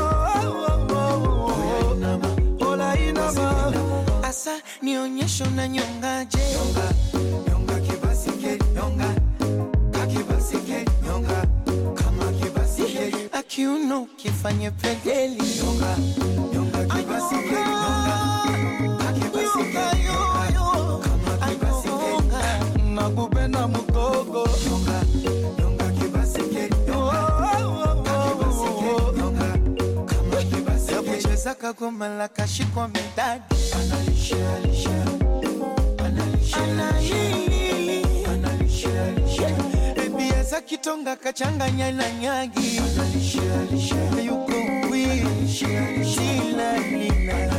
ola inama, asa nionyesho na nyongaje, nyonga kibasike, nyonga kakibasike, nyonga kama kibasike, akiuno kifanye pedeli, nyonga kibasike, nyonga kakibasike, kama kibasike, nakupenda mugogo, nyonga kibasike, kakibasike, nyonga kama kibasike, kucheza kagoma la kashikwa medadi, analisha ebiaza kitonga kachanganya na nyagi, yuko wili shila lila,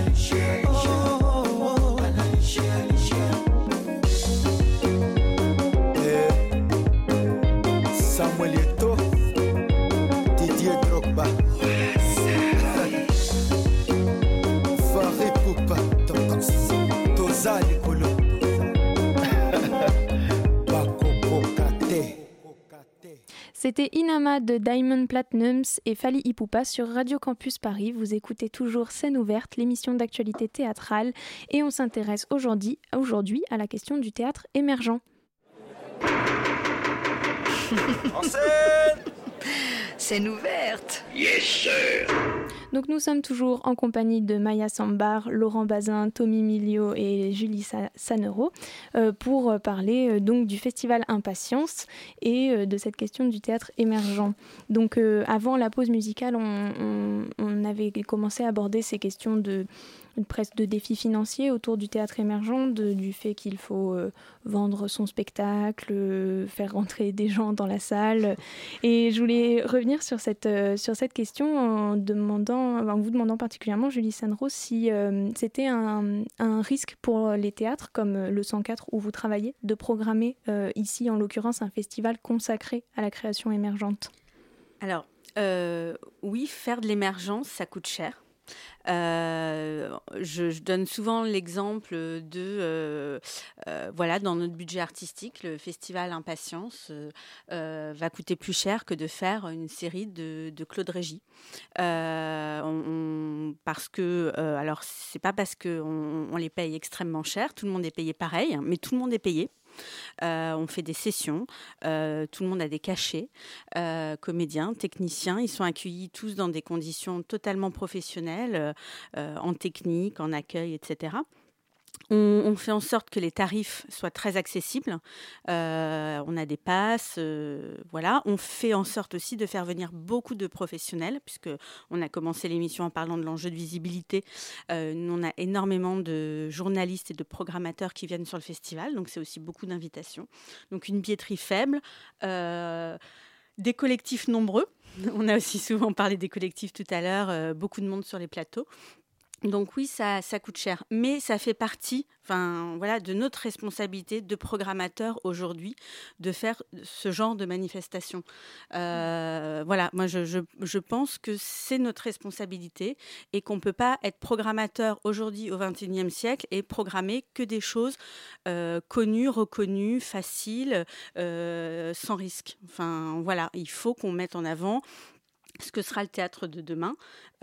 Samuel Eto'o, Didier Drogba, Fari Poupa, Tozali Kolo, C'était Inama de Diamond Platnumz et Fally Ipupa sur Radio Campus Paris. Vous écoutez toujours Scène ouverte, l'émission d'actualité théâtrale, et on s'intéresse aujourd'hui à la question du théâtre émergent. En scène! Scène ouverte. Yes, sir. Donc nous sommes toujours en compagnie de Maya Sambar, Laurent Bazin, Tommy Milio et Julie Sanero pour parler donc du festival Impatience et de cette question du théâtre émergent. Donc avant la pause musicale, on avait commencé à aborder ces questions presque de défis financiers autour du théâtre émergent, du fait qu'il faut vendre son spectacle, faire rentrer des gens dans la salle. Et je voulais revenir sur cette question en vous demandant particulièrement, Julie Sanero, si c'était un risque pour les théâtres comme le 104 où vous travaillez, de programmer ici en l'occurrence un festival consacré à la création émergente. Alors, oui, faire de l'émergence, ça coûte cher. Je donne souvent l'exemple de dans notre budget artistique, le festival Impatience va coûter plus cher que de faire une série de Claude Régis, parce que alors c'est pas parce que on les paye extrêmement cher, tout le monde est payé pareil, mais tout le monde est payé. On fait des sessions, tout le monde a des cachets, comédiens, techniciens, ils sont accueillis tous dans des conditions totalement professionnelles, en technique, en accueil, etc. On fait en sorte que les tarifs soient très accessibles. On a des passes, voilà. On fait en sorte aussi de faire venir beaucoup de professionnels, puisque on a commencé l'émission en parlant de l'enjeu de visibilité. On a énormément de journalistes et de programmateurs qui viennent sur le festival, donc c'est aussi beaucoup d'invitations. Donc une billetterie faible, des collectifs nombreux. On a aussi souvent parlé des collectifs tout à l'heure, beaucoup de monde sur les plateaux. Donc oui, ça coûte cher, mais ça fait partie, de notre responsabilité de programmateur aujourd'hui de faire ce genre de manifestation. Moi je pense que c'est notre responsabilité et qu'on ne peut pas être programmateur aujourd'hui au XXIe siècle et programmer que des choses connues, reconnues, faciles, sans risque. Il faut qu'on mette en avant ce que sera le théâtre de demain.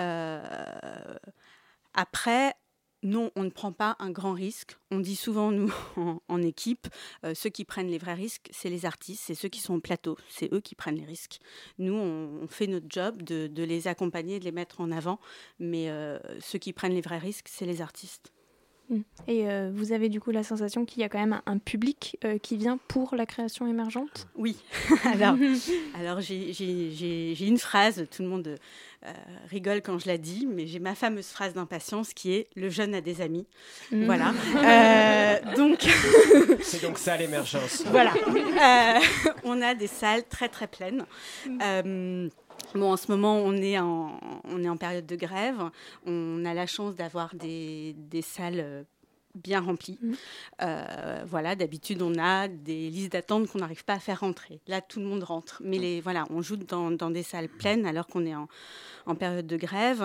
Après, non, on ne prend pas un grand risque. On dit souvent, nous, en équipe, ceux qui prennent les vrais risques, c'est les artistes, c'est ceux qui sont au plateau, c'est eux qui prennent les risques. Nous, on fait notre job de les accompagner, de les mettre en avant, mais ceux qui prennent les vrais risques, c'est les artistes. Et vous avez du coup la sensation qu'il y a quand même un public qui vient pour la création émergente ? Oui. alors j'ai une phrase, tout le monde rigole quand je la dis, mais j'ai ma fameuse phrase d'Impatience qui est « Le jeune a des amis ». Voilà. Donc... C'est donc ça l'émergence. Voilà. On a des salles très très pleines. En ce moment, on est en période de grève. On a la chance d'avoir des salles bien remplies. D'habitude, on a des listes d'attente qu'on n'arrive pas à faire rentrer. Là, tout le monde rentre. Mais on joue dans des salles pleines alors qu'on est en période de grève.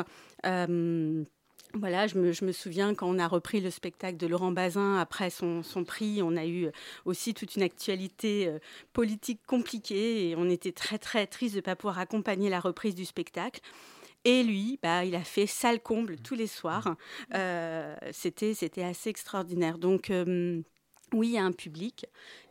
Je me souviens quand on a repris le spectacle de Laurent Bazin après son prix, on a eu aussi toute une actualité politique compliquée et on était très très triste de ne pas pouvoir accompagner la reprise du spectacle. Et lui, il a fait salle comble tous les soirs. C'était assez extraordinaire. Donc oui, il y a un public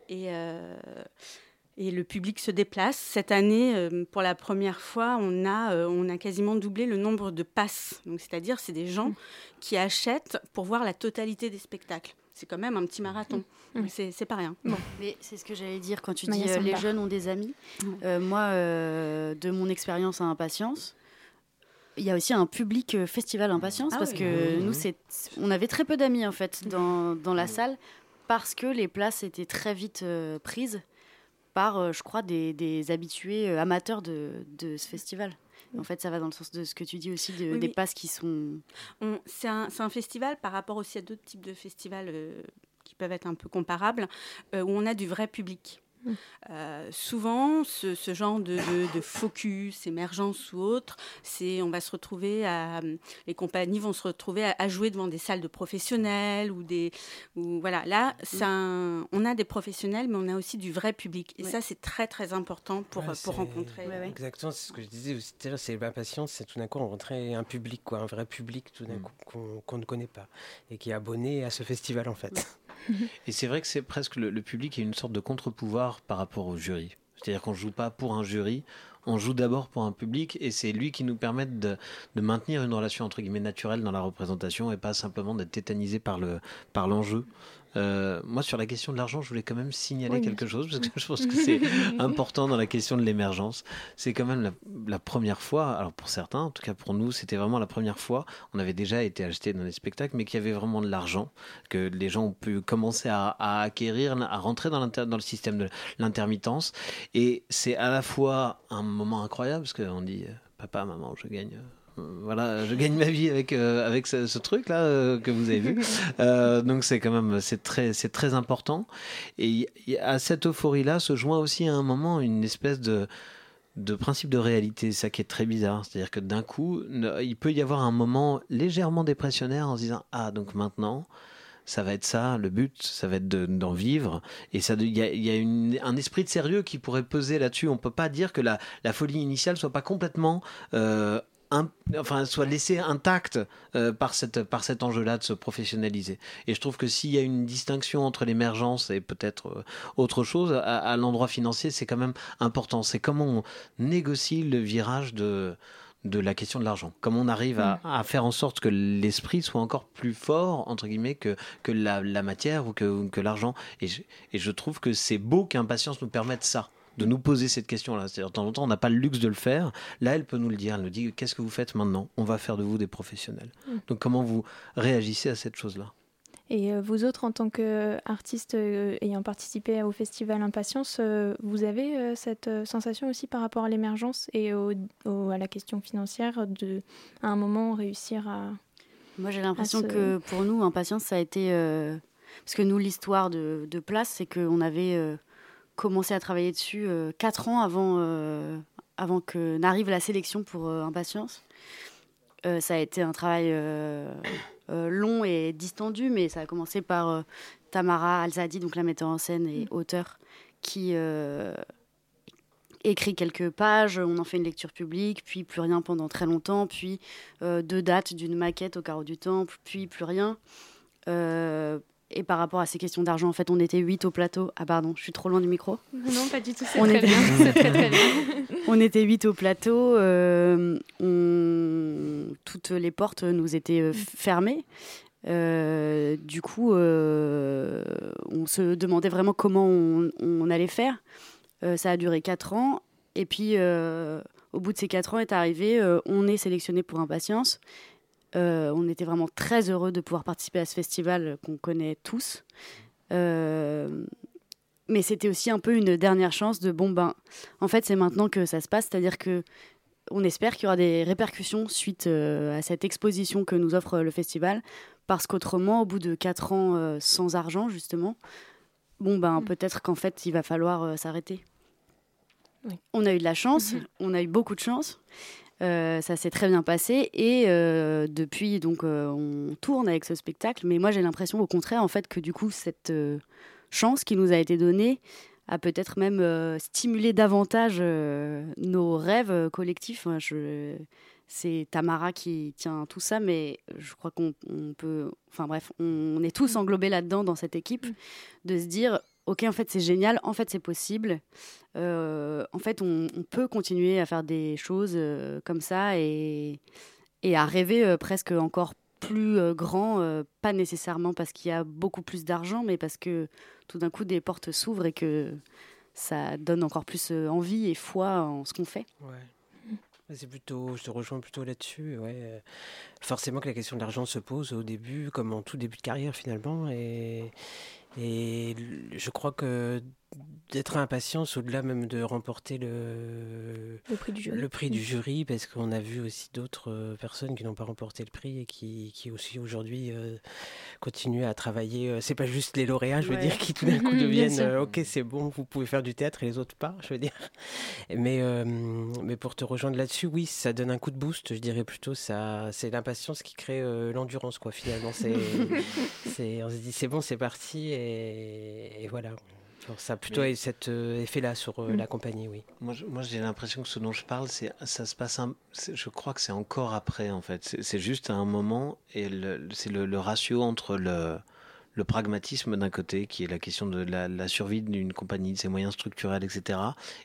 et le public se déplace. Cette année, pour la première fois, on a quasiment doublé le nombre de passes. Donc, c'est-à-dire, c'est des gens qui achètent pour voir la totalité des spectacles. C'est quand même un petit marathon. C'est pas rien. Bon. Mais c'est ce que j'allais dire quand tu dis les jeunes ont des amis. Moi, de mon expérience à Impatience, il y a aussi un public festival Impatience parce que nous, on avait très peu d'amis en fait dans la salle parce que les places étaient très vite prises par, je crois, des habitués amateurs de ce festival. En fait, ça va dans le sens de ce que tu dis aussi, des passes qui sont... C'est un festival par rapport aussi à d'autres types de festivals qui peuvent être un peu comparables, où on a du vrai public. Souvent, ce genre de focus, émergence ou autre, on va se retrouver les compagnies vont se retrouver à jouer devant des salles de professionnels voilà. Là, on a des professionnels, mais on a aussi du vrai public. Et ça, c'est très très important pour rencontrer. Exactement, c'est ce que je disais aussi tout à l'heure, c'est l'impatience, c'est tout d'un coup rencontrer un public, un vrai public tout d'un coup qu'on ne connaît pas et qui est abonné à ce festival en fait. Et c'est vrai que c'est presque le public est une sorte de contre-pouvoir par rapport au jury. C'est-à-dire qu'on ne joue pas pour un jury, on joue d'abord pour un public et c'est lui qui nous permet de maintenir une relation entre guillemets naturelle dans la représentation et pas simplement d'être tétanisé par l'enjeu. Moi, sur la question de l'argent, je voulais quand même signaler quelque chose, parce que je pense que c'est important dans la question de l'émergence. C'est quand même la première fois, alors pour certains, en tout cas pour nous, c'était vraiment la première fois, on avait déjà été acheté dans les spectacles, mais qu'il y avait vraiment de l'argent, que les gens ont pu commencer à acquérir, à rentrer dans le système de l'intermittence. Et c'est à la fois un moment incroyable, parce qu'on dit « Papa, maman, je gagne... » Voilà, je gagne ma vie avec ce truc là que vous avez vu. Donc c'est quand même c'est très important. Et à cette euphorie là se joint aussi à un moment une espèce de principe de réalité, ça qui est très bizarre. C'est-à-dire que d'un coup, il peut y avoir un moment légèrement dépressionnaire en se disant donc maintenant. Ça va être ça, le but, ça va être d'en vivre. Et il y a un esprit de sérieux qui pourrait peser là-dessus. On peut pas dire que la folie initiale soit pas complètement soit laissée intacte par cet enjeu-là de se professionnaliser. Et je trouve que s'il y a une distinction entre l'émergence et peut-être autre chose, à l'endroit financier, c'est quand même important. C'est comment on négocie le virage de la question de l'argent. Comment on arrive à faire en sorte que l'esprit soit encore plus fort, entre guillemets, que la matière ou que l'argent. Et je trouve que c'est beau qu'Impatience nous permette ça, de nous poser cette question-là. C'est-à-dire, de temps en temps, on n'a pas le luxe de le faire. Là, elle peut nous le dire. Elle nous dit, qu'est-ce que vous faites maintenant ? On va faire de vous des professionnels. Donc, comment vous réagissez à cette chose-là ? Et vous autres, en tant qu'artistes ayant participé au festival Impatience, vous avez cette sensation aussi par rapport à l'émergence et à la question financière à un moment réussir à... Moi, j'ai l'impression que pour nous, Impatience, ça a été... parce que nous, l'histoire de Place, c'est qu'on avait commencé à travailler dessus 4 ans avant que n'arrive la sélection pour Impatience. Ça a été un travail long et distendu, mais ça a commencé par Tamara Alzadi, donc la metteur en scène et auteure, qui écrit quelques pages, on en fait une lecture publique, puis plus rien pendant très longtemps, puis 2 dates d'une maquette au Carreau du Temple, puis plus rien. Et par rapport à ces questions d'argent, en fait, on était 8 au plateau. Ah pardon, je suis trop loin du micro. Non, pas du tout, c'est très bien. C'est très, très bien. On était 8 au plateau. Toutes les portes nous étaient fermées. Du coup, on se demandait vraiment comment on allait faire. Ça a duré 4 ans. Et puis, au bout de ces 4 ans est arrivé, on est sélectionné pour Impatience. On était vraiment très heureux de pouvoir participer à ce festival qu'on connaît tous. Mais c'était aussi un peu une dernière chance de en fait, c'est maintenant que ça se passe. C'est-à-dire qu'on espère qu'il y aura des répercussions suite à cette exposition que nous offre le festival. Parce qu'autrement, au bout de 4 ans sans argent, justement, peut-être qu'en fait, il va falloir s'arrêter. Oui. On a eu de la chance, on a eu beaucoup de chance. Ça s'est très bien passé et depuis donc on tourne avec ce spectacle, mais moi j'ai l'impression au contraire en fait que du coup cette chance qui nous a été donnée a peut-être même stimulé davantage nos rêves collectifs. C'est Tamara qui tient tout ça, mais je crois qu'on peut, enfin bref, on est tous englobés là-dedans dans cette équipe, de se dire ok, en fait c'est génial, en fait c'est possible. En fait, on peut continuer à faire des choses comme ça et à rêver presque encore plus grand, pas nécessairement parce qu'il y a beaucoup plus d'argent, mais parce que tout d'un coup des portes s'ouvrent et que ça donne encore plus envie et foi en ce qu'on fait. Ouais. C'est plutôt, je te rejoins plutôt là-dessus. Ouais. Forcément que la question de l'argent se pose au début, comme en tout début de carrière finalement, et je crois que d'être à Impatience, au-delà même de remporter le prix du jury, parce qu'on a vu aussi d'autres personnes qui n'ont pas remporté le prix et qui aussi aujourd'hui continuent à travailler. C'est pas juste les lauréats, je veux dire, qui tout d'un coup deviennent ok, c'est bon, vous pouvez faire du théâtre et les autres pas, je veux dire. Mais pour te rejoindre là-dessus, oui, ça donne un coup de boost, je dirais plutôt. C'est l'impatience qui crée l'endurance, quoi, finalement. On se dit c'est bon, c'est parti et voilà. Alors, ça a plutôt cet effet-là sur la compagnie, oui. Moi, j'ai l'impression que ce dont je parle, ça se passe. Je crois que c'est encore après, en fait. C'est juste à un moment, et c'est le ratio entre le pragmatisme d'un côté, qui est la question de la survie d'une compagnie, de ses moyens structurels, etc.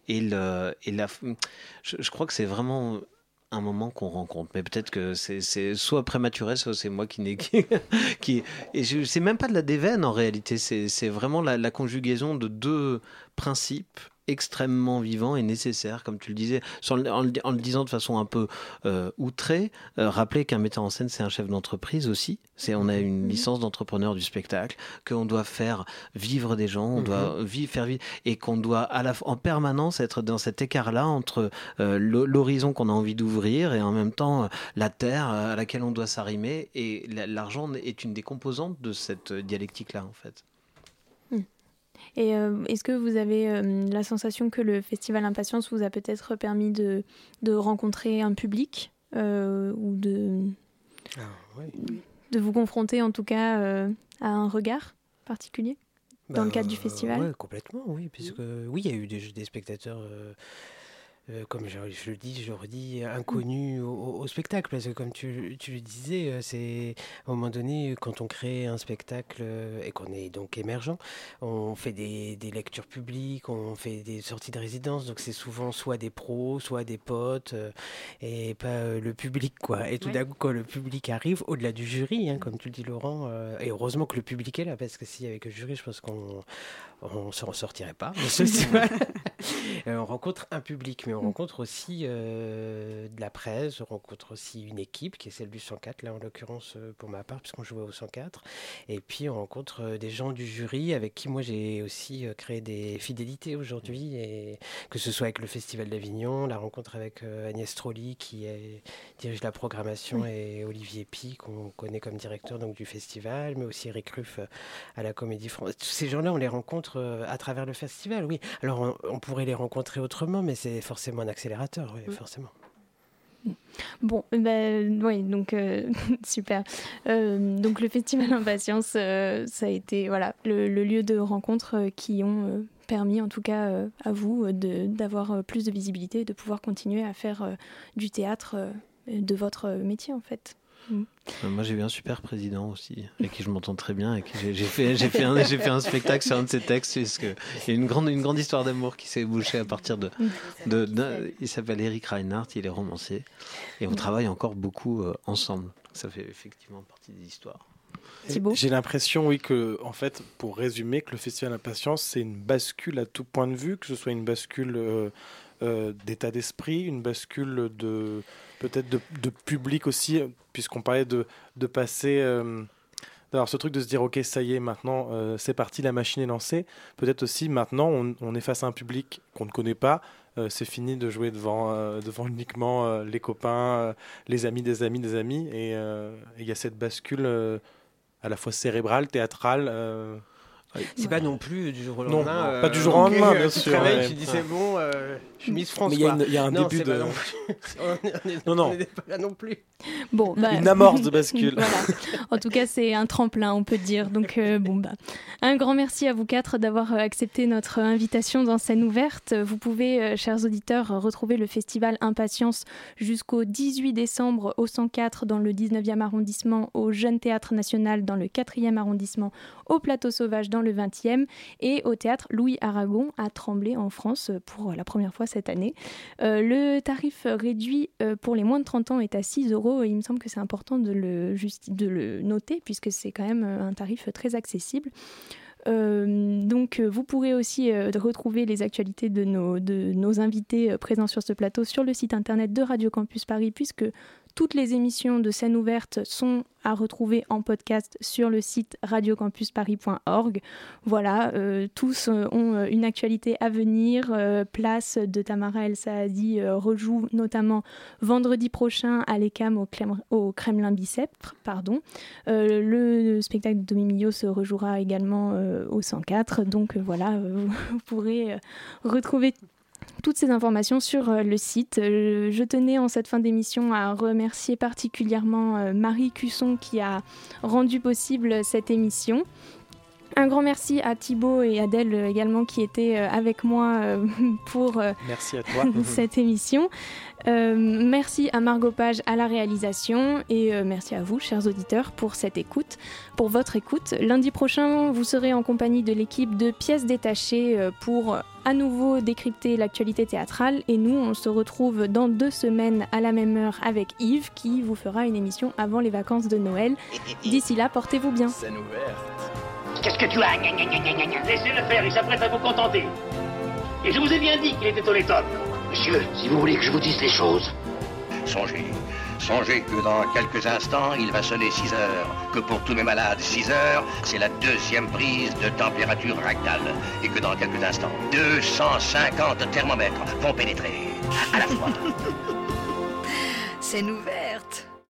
Je crois que c'est vraiment un moment qu'on rencontre, mais peut-être que c'est soit prématuré, soit c'est moi qui et c'est même pas de la déveine en réalité, c'est vraiment la conjugaison de deux principes extrêmement vivant et nécessaire, comme tu le disais, en le disant de façon un peu outrée. Rappeler qu'un metteur en scène, c'est un chef d'entreprise aussi. On a une licence d'entrepreneur du spectacle, qu'on doit faire vivre des gens, on doit faire vivre, et qu'on doit en permanence être dans cet écart-là entre l'horizon qu'on a envie d'ouvrir et en même temps la terre à laquelle on doit s'arrimer. Et l'argent est une des composantes de cette dialectique-là, en fait. Et est-ce que vous avez la sensation que le Festival Impatience vous a peut-être permis de rencontrer un public ou de vous confronter en tout cas à un regard particulier dans le cadre du festival? Oui, complètement, oui. Puisque, oui, il y a eu des spectateurs... comme je le dis, je le redis, inconnu au spectacle. Parce que comme tu le disais, c'est à un moment donné, quand on crée un spectacle et qu'on est donc émergent, on fait des lectures publiques, on fait des sorties de résidence. Donc c'est souvent soit des pros, soit des potes, et pas le public, quoi. Et tout d'un coup, quand le public arrive, au-delà du jury, comme tu le dis, Laurent, et heureusement que le public est là, parce que si avec le jury, je pense qu'on ne s'en ressortirait pas. On rencontre un public, mais on rencontre aussi de la presse, on rencontre aussi une équipe qui est celle du 104, là en l'occurrence pour ma part, puisqu'on jouait au 104. Et puis on rencontre des gens du jury avec qui moi j'ai aussi créé des fidélités aujourd'hui, et que ce soit avec le Festival d'Avignon, la rencontre avec Agnès Trolli qui dirige la programmation, et Olivier Pi qu'on connaît comme directeur donc, du festival, mais aussi Eric Ruff à la Comédie Française. Tous ces gens-là, on les rencontre à travers le festival, oui. Alors on pourrait les rencontrer autrement, mais c'est forcément un accélérateur, oui, forcément. Bon, oui, donc super. Donc le Festival Impatience, ça a été le lieu de rencontres qui ont permis en tout cas à vous d'avoir plus de visibilité et de pouvoir continuer à faire du théâtre de votre métier en fait. Moi j'ai eu un super président aussi avec qui je m'entends très bien, et j'ai fait un spectacle sur un de ses textes, parce que il y a une grande histoire d'amour qui s'est ébauchée à partir il s'appelle Eric Reinhardt, il est romancier, et on travaille encore beaucoup ensemble. Ça fait effectivement partie des histoires. J'ai l'impression, oui, que, en fait, pour résumer, que le Festival Impatience, c'est une bascule à tout point de vue, que ce soit une bascule d'état d'esprit, une bascule peut-être de public aussi, puisqu'on parlait de passer... Alors ce truc de se dire, ok, ça y est, maintenant, c'est parti, la machine est lancée. Peut-être aussi, maintenant, on est face à un public qu'on ne connaît pas. C'est fini de jouer devant uniquement les copains, les amis des amis des amis. Et il y a cette bascule à la fois cérébrale, théâtrale... C'est pas non plus du jour au lendemain. Non, pas du jour au lendemain, bien sûr. Tu dis c'est bon, je suis Miss France. Mais il y a un début de. On n'est pas là non plus. Bon, une amorce de bascule. Voilà. En tout cas, c'est un tremplin, on peut dire. Donc, un grand merci à vous quatre d'avoir accepté notre invitation dans Scène ouverte. Vous pouvez, chers auditeurs, retrouver le festival Impatience jusqu'au 18 décembre au 104 dans le 19e arrondissement, au Jeune Théâtre National dans le 4e arrondissement, au Plateau Sauvage dans le 20e et au théâtre Louis Aragon à Tremblay en France pour la première fois cette année. Le tarif réduit pour les moins de 30 ans est à 6 €. Il me semble que c'est important de le noter puisque c'est quand même un tarif très accessible. Donc vous pourrez aussi retrouver les actualités de nos invités présents sur ce plateau sur le site internet de Radio Campus Paris, puisque toutes les émissions de Scène ouverte sont à retrouver en podcast sur le site radiocampusparis.org. Voilà, tous ont une actualité à venir. Place de Tamara El Saadi rejoue notamment vendredi prochain à l'ECAM au Kremlin Bicêtre. Le spectacle de Domi Millot se rejouera également au 104. Donc voilà, vous pourrez retrouver toutes ces informations sur le site. Je tenais en cette fin d'émission à remercier particulièrement Marie Cusson qui a rendu possible cette émission. Un grand merci à Thibaut et Adèle également qui étaient avec moi pour merci à toi. cette émission. Merci à Margot Page à la réalisation et merci à vous, chers auditeurs, pour votre écoute. Lundi prochain, vous serez en compagnie de l'équipe de Pièces détachées pour à nouveau décrypter l'actualité théâtrale et nous, on se retrouve dans 2 semaines à la même heure avec Yves qui vous fera une émission avant les vacances de Noël. D'ici là, portez-vous bien. Scène ouverte. Qu'est-ce que tu as? Laissez-le faire, il s'apprête à vous contenter. Et je vous ai bien dit qu'il était au top. Monsieur, si vous voulez que je vous dise les choses. Songez que dans quelques instants, il va sonner 6 heures. Que pour tous mes malades, 6 heures, c'est la 2e prise de température rectale. Et que dans quelques instants, 250 thermomètres vont pénétrer à la fois. Scène ouverte.